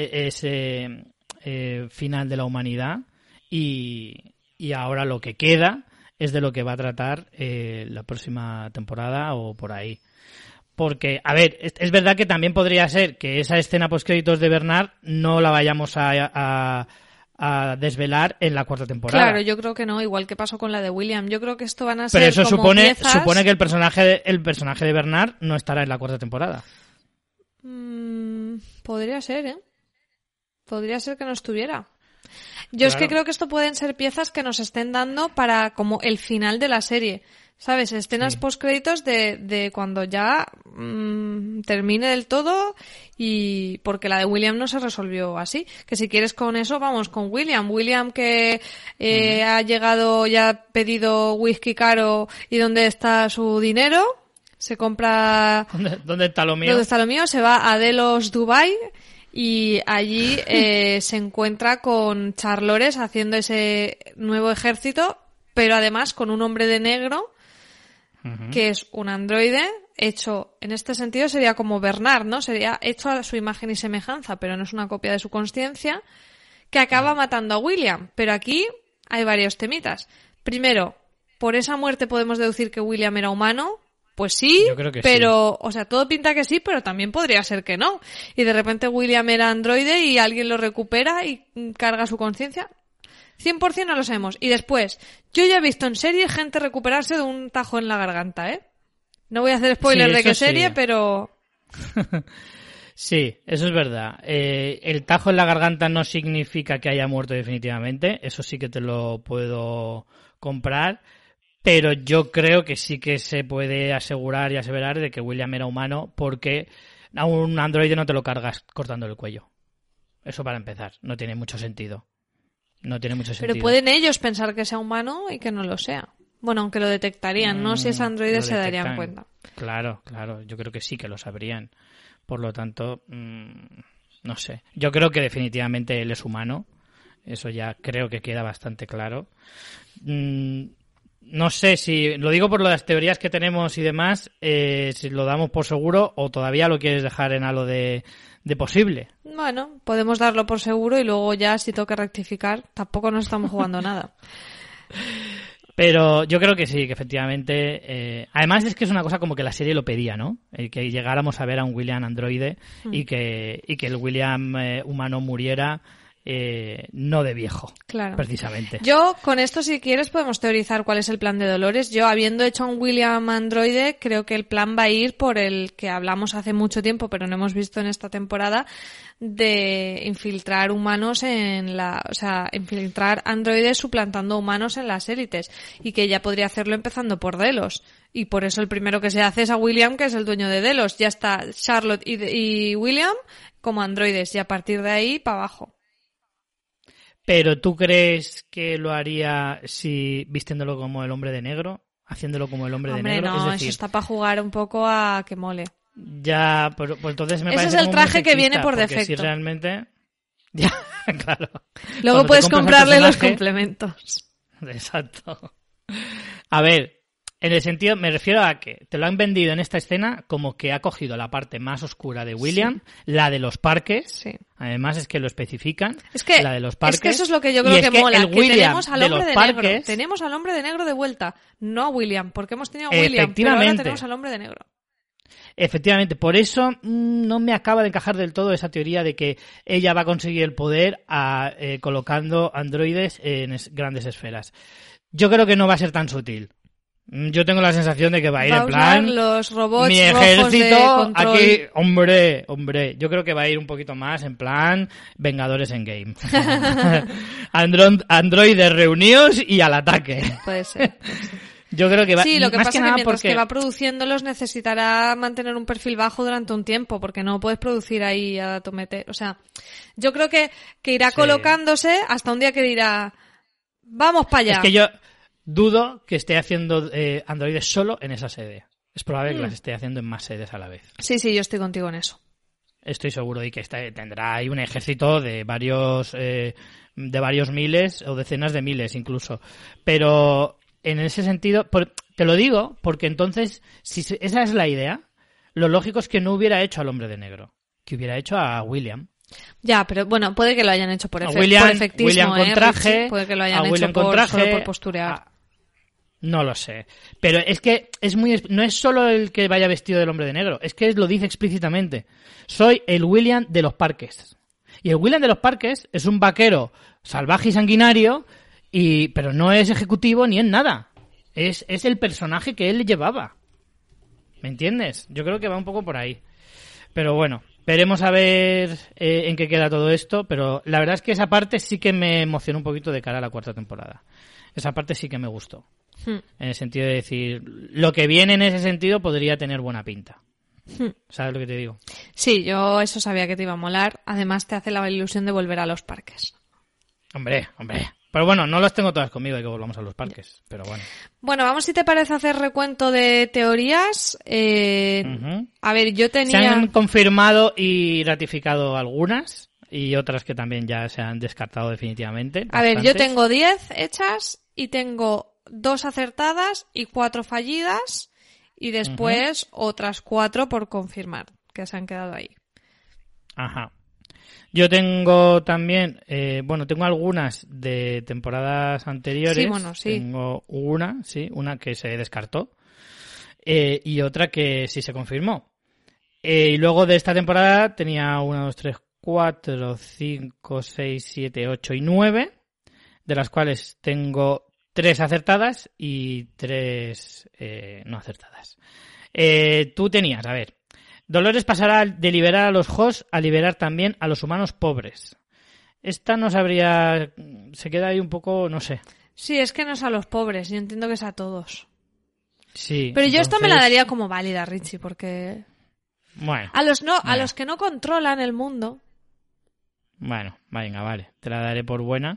final de la humanidad y ahora lo que queda es de lo que va a tratar la próxima temporada o por ahí. Porque, a ver, es verdad que también podría ser que esa escena postcréditos de Bernard no la vayamos a desvelar en la cuarta temporada. Claro, yo creo que no, igual que pasó con la de William. Yo creo que esto van a ser Pero eso como supone piezas... que el personaje de Bernard no estará en la cuarta temporada. Podría ser, ¿eh? Podría ser que no estuviera. Yo es que creo que esto pueden ser piezas que nos estén dando para como el final de la serie. ¿Sabes? Escenas postcréditos de cuando ya termine del todo y porque la de William no se resolvió así. Que si quieres con eso, vamos con William. William que ha llegado y ha pedido whisky caro y ¿dónde está su dinero? Se compra... ¿Dónde está lo mío? ¿Dónde está lo mío? Se va a Delos, Dubai y allí se encuentra con Charlores haciendo ese nuevo ejército, pero además con un hombre de negro que es un androide hecho, en este sentido sería como Bernard, ¿no? Sería hecho a su imagen y semejanza, pero no es una copia de su consciencia, que acaba matando a William. Pero aquí hay varios temitas. Primero, ¿por esa muerte podemos deducir que William era humano? Pues sí, yo creo que pero, sí. O sea, todo pinta que sí, pero también podría ser que no. Y de repente William era androide y alguien lo recupera y carga su conciencia. 100% no lo sabemos. Y después, yo ya he visto en serie gente recuperarse de un tajo en la garganta, ¿eh? No voy a hacer spoiler de qué serie, pero... Sí, eso es verdad. El tajo en la garganta no significa que haya muerto definitivamente. Eso sí que te lo puedo comprar. Pero yo creo que sí que se puede asegurar y aseverar de que William era humano porque a un androide no te lo cargas cortando el cuello. Eso para empezar. No tiene mucho sentido. No tiene mucho sentido. Pero pueden ellos pensar que sea humano y que no lo sea. Bueno, aunque lo detectarían, no si es androide se darían cuenta. Claro, yo creo que sí que lo sabrían. Por lo tanto, no sé. Yo creo que definitivamente él es humano. Eso ya creo que queda bastante claro. No sé si, lo digo por las teorías que tenemos y demás, si lo damos por seguro o todavía lo quieres dejar en algo de posible. Bueno, podemos darlo por seguro y luego ya si toca rectificar, tampoco nos estamos jugando nada. Pero yo creo que sí, que efectivamente... además es que es una cosa como que la serie lo pedía, ¿no? Que llegáramos a ver a un William androide y que el William humano muriera... no de viejo, claro. Precisamente. Yo, con esto, si quieres, podemos teorizar cuál es el plan de Dolores. Yo, habiendo hecho a un William androide, creo que el plan va a ir por el que hablamos hace mucho tiempo, pero no hemos visto en esta temporada, de infiltrar humanos infiltrar androides suplantando humanos en las élites. Y que ella podría hacerlo empezando por Delos. Y por eso el primero que se hace es a William, que es el dueño de Delos. Ya está Charlotte y William como androides, y a partir de ahí, para abajo. Pero ¿tú crees que lo haría si vistiéndolo como el hombre de negro? Haciéndolo como el hombre de negro. No, es decir, eso está para jugar un poco a que mole. Ya, pues entonces me parece. Ese es el traje que viene por defecto. Si realmente. Ya, claro. Luego puedes comprarle los complementos. Exacto. A ver, en el sentido, me refiero a que te lo han vendido en esta escena como que ha cogido la parte más oscura de William, la de los parques. Sí. Además es que lo especifican. Es que, la de los parques. Es que eso es lo que yo creo que mola. El que William tenemos al de hombre los de parques, negro. Tenemos al hombre de negro de vuelta. No a William, porque hemos tenido a William, pero ahora tenemos al hombre de negro. Efectivamente, por eso no me acaba de encajar del todo esa teoría de que ella va a conseguir el poder colocando androides en grandes esferas. Yo creo que no va a ser tan sutil. Yo tengo la sensación de que va a ir en plan los robots mi ejército aquí, hombre, yo creo que va a ir un poquito más en plan Vengadores Endgame. Androides reunidos y al ataque. Puede ser. Yo creo que va. Sí, lo que más pasa que es nada que mientras porque que va produciéndolos necesitará mantener un perfil bajo durante un tiempo, porque no puedes producir ahí a tomete. O sea, yo creo que irá colocándose hasta un día que dirá, vamos para allá. Es que yo dudo que esté haciendo androides solo en esa sede. Es probable que las esté haciendo en más sedes a la vez. Sí, yo estoy contigo en eso. Estoy seguro de que tendrá ahí un ejército de varios miles o decenas de miles incluso. Pero en ese sentido, te lo digo porque entonces, si esa es la idea, lo lógico es que no hubiera hecho al hombre de negro, que hubiera hecho a William. Ya, pero bueno, puede que lo hayan hecho por efectismo, William con traje, Richie, puede que lo hayan hecho solo por posturear. No lo sé. Pero es que no es solo el que vaya vestido del hombre de negro, es que lo dice explícitamente. Soy el William de los parques. Y el William de los parques es un vaquero salvaje y sanguinario, pero no es ejecutivo ni en nada. Es el personaje que él llevaba. ¿Me entiendes? Yo creo que va un poco por ahí. Pero bueno, veremos a ver en qué queda todo esto, pero la verdad es que esa parte sí que me emocionó un poquito de cara a la cuarta temporada. Esa parte sí que me gustó. En el sentido de decir, lo que viene en ese sentido podría tener buena pinta. ¿Sabes lo que te digo? Sí, yo eso sabía que te iba a molar. Además te hace la ilusión de volver a los parques. Hombre. Pero bueno, no las tengo todas conmigo de que volvamos a los parques, pero bueno. Bueno, vamos si te parece hacer recuento de teorías. A ver, yo tenía... Se han confirmado y ratificado algunas y otras que también ya se han descartado definitivamente. A ver, yo tengo 10 hechas y tengo 2 acertadas y 4 fallidas y después otras 4 por confirmar que se han quedado ahí. Ajá. Yo tengo también, tengo algunas de temporadas anteriores. Sí. Tengo una que se descartó y otra que sí se confirmó. Y luego de esta temporada tenía 1, 2, 3, 4, 5, 6, 7, 8 y 9, de las cuales tengo 3 acertadas y 3 no acertadas. Tú tenías, a ver, Dolores pasará de liberar a los hosts a liberar también a los humanos pobres. Esta no sabría... Se queda ahí un poco... no sé. Sí, es que no es a los pobres. Yo entiendo que es a todos. Sí. Pero yo esta me la daría como válida, Richie, porque... Bueno. A los que no controlan el mundo. Bueno, venga, vale. Te la daré por buena.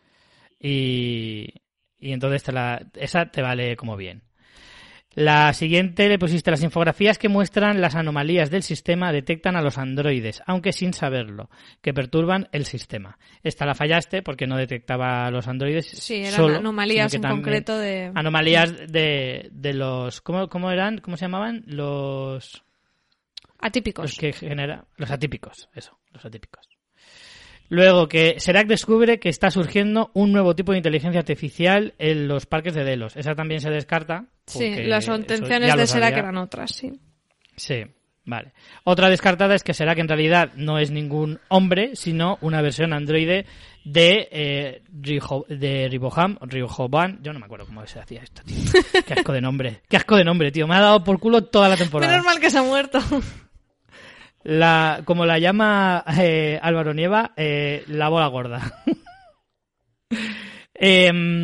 Y entonces esa te vale como bien. La siguiente le pusiste las infografías que muestran las anomalías del sistema detectan a los androides, aunque sin saberlo, que perturban el sistema. Esta la fallaste porque no detectaba a los androides. Sí, eran solo, anomalías en concreto de... Anomalías de los... ¿Cómo eran? ¿Cómo se llamaban? Los... Atípicos. Los atípicos, eso, los atípicos. Luego que Serac descubre que está surgiendo un nuevo tipo de inteligencia artificial en los parques de Delos. Esa también se descarta. Sí, las intenciones de Serac eran otras, sí. Sí, vale. Otra descartada es que Serac en realidad no es ningún hombre, sino una versión androide de Riboham. Yo no me acuerdo cómo se hacía esto, tío. Qué asco de nombre, tío. Me ha dado por culo toda la temporada. Menos mal que se ha muerto. Como la llama Álvaro Nieva, la bola gorda.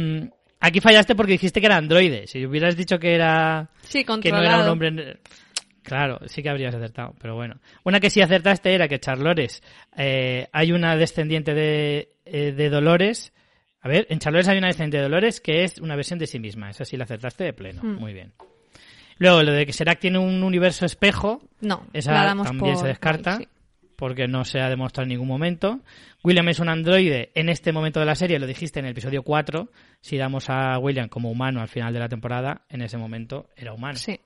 Aquí fallaste porque dijiste que era androide. Si hubieras dicho que era... Sí, que no era un hombre... Claro, sí que habrías acertado, pero bueno. Una que sí acertaste era que Charlores, hay una descendiente de Dolores. A ver, en Charlores hay una descendiente de Dolores que es una versión de sí misma. Esa sí la acertaste de pleno. Muy bien. Luego, lo de que Serac tiene un universo espejo, No, esa la damos también por... se descarta, Vale, sí. porque no se ha demostrado en ningún momento. William es un androide en este momento de la serie, lo dijiste en el episodio 4, si damos a William como humano al final de la temporada, en ese momento era humano. Sí.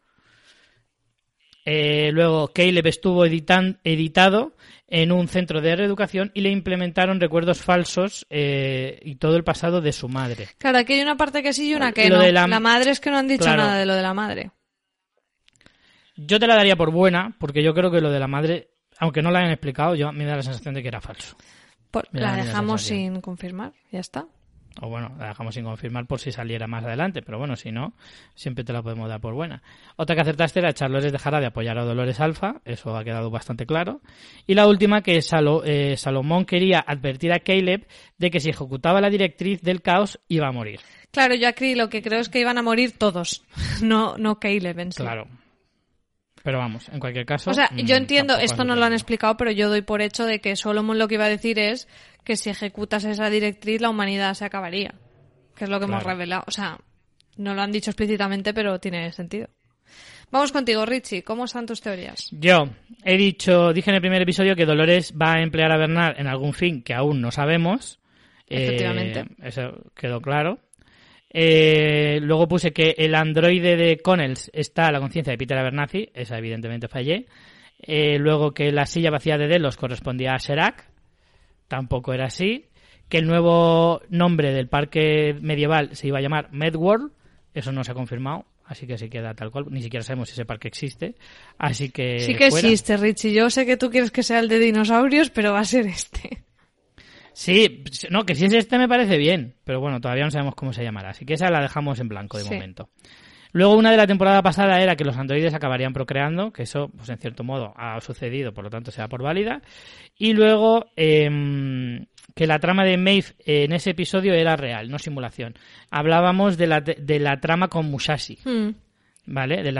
Luego, Caleb estuvo editado en un centro de reeducación y le implementaron recuerdos falsos y todo el pasado de su madre. Claro, aquí hay una parte que sí y una que Lo no. de La madre es que no han dicho Claro. nada de lo de la madre. Yo te la daría por buena, porque yo creo que lo de la madre, aunque no la hayan explicado, yo me da la sensación de que era falso. La da la dejamos sensación. sin confirmar, ya está. O bueno, la dejamos sin confirmar por si saliera más adelante, pero bueno, si no, siempre te la podemos dar por buena. Otra que acertaste era Charlores dejará de apoyar a Dolores Alfa, eso ha quedado bastante claro. Y la última, que Salomón quería advertir a Caleb de que si ejecutaba la directriz del caos iba a morir. Claro, yo aquí lo que creo es que iban a morir todos, no Caleb en sí. Claro. Pero vamos, en cualquier caso... O sea, yo entiendo, tampoco esto es no lo han terrible. explicado, pero yo doy por hecho de que Solomon lo que iba a decir es que si ejecutas esa directriz la humanidad se acabaría. Que es lo que hemos Claro. revelado. O sea, no lo han dicho explícitamente, pero tiene sentido. Vamos contigo, Richie. ¿Cómo están tus teorías? Yo dije en el primer episodio que Dolores va a emplear a Bernard en algún fin que aún no sabemos. Efectivamente. Eso quedó claro. Luego puse que el androide de Connells está a la conciencia de Peter Abernathy. Esa evidentemente fallé. Luego que la silla vacía de Delos correspondía a Serac. Tampoco era así. Que el nuevo nombre del parque medieval se iba a llamar MedWorld. Eso no se ha confirmado. Así que se queda tal cual. Ni siquiera sabemos si ese parque existe. Así que Sí que fuera. existe, Richie. Yo sé que tú quieres que sea el de dinosaurios, pero va a ser este. Sí, no, que si es este me parece bien, pero bueno, todavía no sabemos cómo se llamará, así que esa la dejamos en blanco de Sí. momento. Luego una de la temporada pasada era que los androides acabarían procreando, que eso, pues en cierto modo, ha sucedido, por lo tanto se da por válida. Y luego que la trama de Maeve en ese episodio era real, no simulación. Hablábamos de la trama con Musashi, ¿vale? De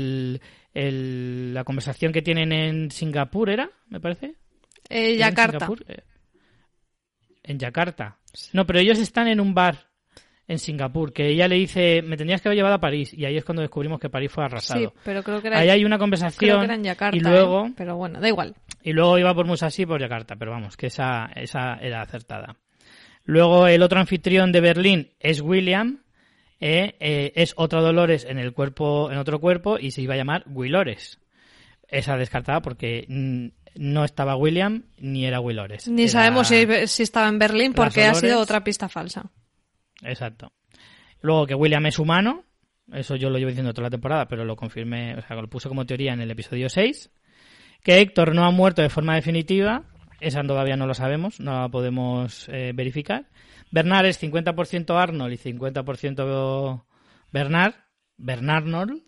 la conversación que tienen en Singapur, ¿era? Me parece. ¿Era Yakarta. En Singapur? En Yakarta. No, pero ellos están en un bar en Singapur, que ella le dice, me tendrías que haber llevado a París, y ahí es cuando descubrimos que París fue arrasado. Sí, pero creo que era... Ahí hay una Creo conversación que era en Yakarta, y luego pero bueno, da igual. y luego iba por Musashi por Yakarta, pero vamos, que esa era acertada. Luego el otro anfitrión de Berlín es William, es otra Dolores en otro cuerpo y se iba a llamar Willores. Esa descartada porque no estaba William ni era Willores. Ni Era- sabemos si estaba en Berlín porque ha Dolores. sido otra pista falsa. Exacto. Luego que William es humano, eso yo lo llevo diciendo toda la temporada, pero lo confirmé, o sea, lo puse como teoría en el episodio 6. Que Héctor no ha muerto de forma definitiva, esa todavía no lo sabemos, no la podemos verificar. Bernard es 50% Arnold y 50% Bernard-Nold.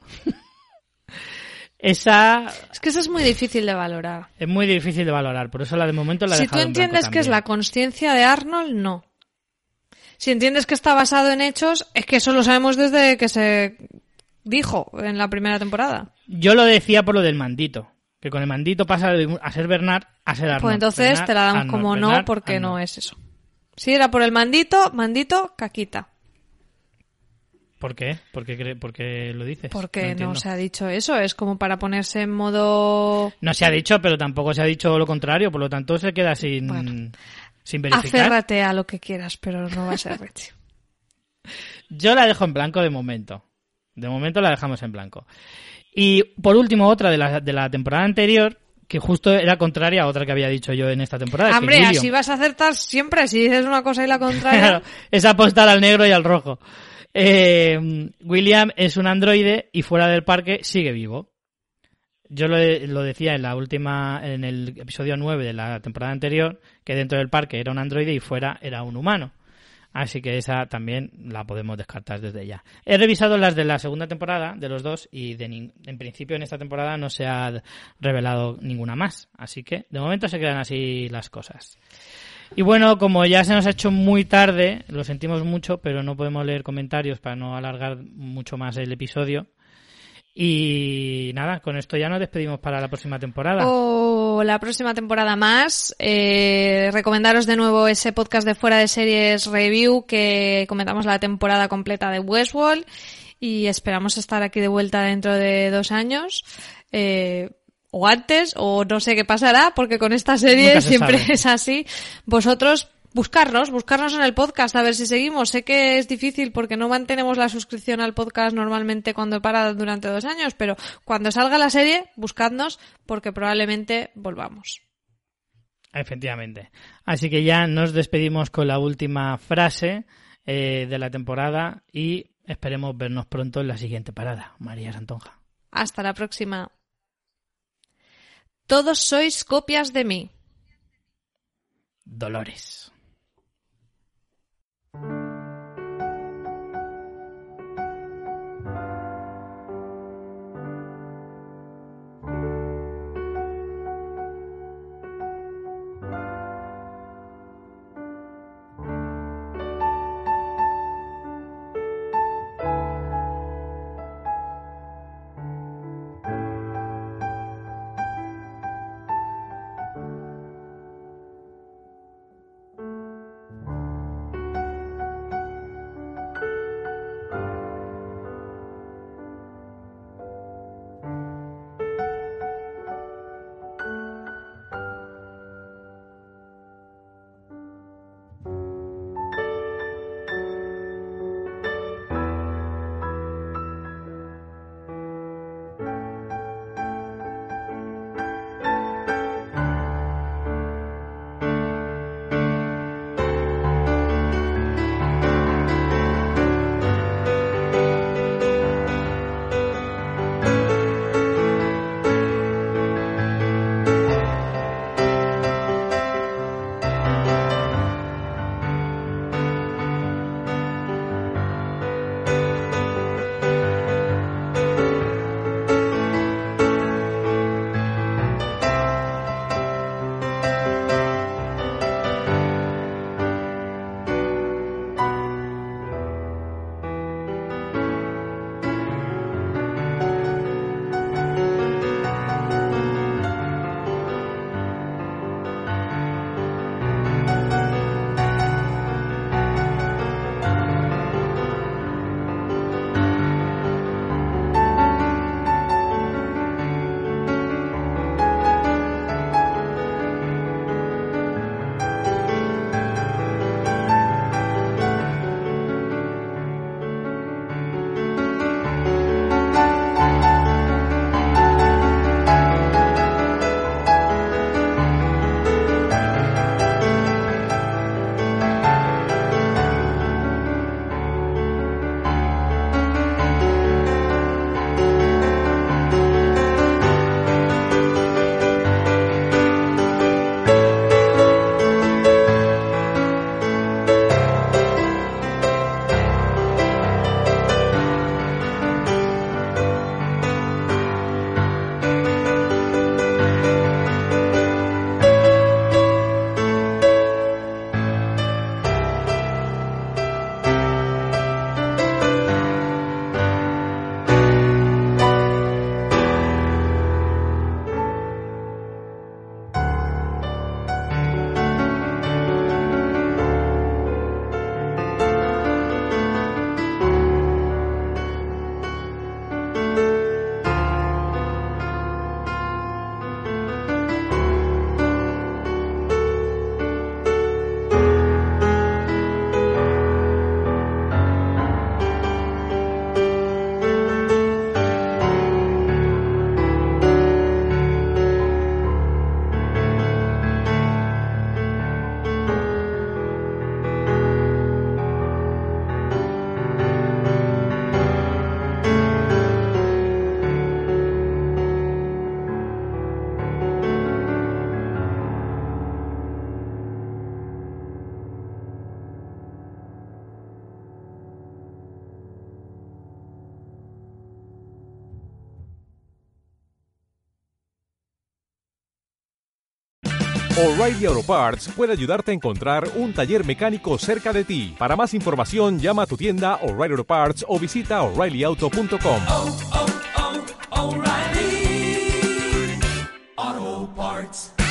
Esa Es que eso es muy difícil de valorar. es muy difícil de valorar, por eso la de momento la he Si dejado tú en blanco entiendes que es también. la consciencia de Arnold, no. Si entiendes que está basado en hechos, es que eso lo sabemos desde que se dijo en la primera temporada. Yo lo decía por lo del mandito, que con el mandito pasa a ser Bernard a ser Arnold. Pues entonces Bernard, te la damos Arnold, como no, Bernard, porque Arnold. no es eso. Si era por el mandito, caquita. ¿Por qué? ¿Por qué lo dices? Porque no entiendo. se ha dicho eso, es como para ponerse en modo... No se ha dicho, pero tampoco se ha dicho lo contrario, por lo tanto se queda sin, Bueno. sin verificar. Aférrate a lo que quieras, pero no va a ser Richie. Yo la dejo en blanco de momento. De momento la dejamos en blanco. Y por último, otra de la temporada anterior, que justo era contraria a otra que había dicho yo en esta temporada. Hombre, que William- así vas a acertar siempre, si dices una cosa y la contraria. Claro, es apostar al negro y al rojo. William es un androide y fuera del parque sigue vivo. Yo lo decía en el episodio 9 de la temporada anterior, que dentro del parque era un androide y fuera era un humano. Así que esa también la podemos descartar desde ya. He revisado las de la segunda temporada, de los dos, y en principio en esta temporada no se ha revelado ninguna más. Así que de momento se quedan así las cosas. Y bueno, como ya se nos ha hecho muy tarde, lo sentimos mucho, pero no podemos leer comentarios para no alargar mucho más el episodio. Y nada, con esto ya nos despedimos para la próxima temporada. La próxima temporada más. Recomendaros de nuevo ese podcast de Fuera de Series Review que comentamos la temporada completa de Westworld y esperamos estar aquí de vuelta dentro de 2 años. O antes, o no sé qué pasará, porque con esta serie siempre es así. Vosotros buscarnos en el podcast a ver si seguimos. Sé que es difícil porque no mantenemos la suscripción al podcast normalmente cuando para durante 2 años, pero cuando salga la serie, buscadnos porque probablemente volvamos. Efectivamente. Así que ya nos despedimos con la última frase de la temporada y esperemos vernos pronto en la siguiente parada. María Santonja. Hasta la próxima. Todos sois copias de mí. Dolores. O'Reilly Auto Parts puede ayudarte a encontrar un taller mecánico cerca de ti. Para más información, llama a tu tienda O'Reilly Auto Parts o visita O'ReillyAuto.com. Parts.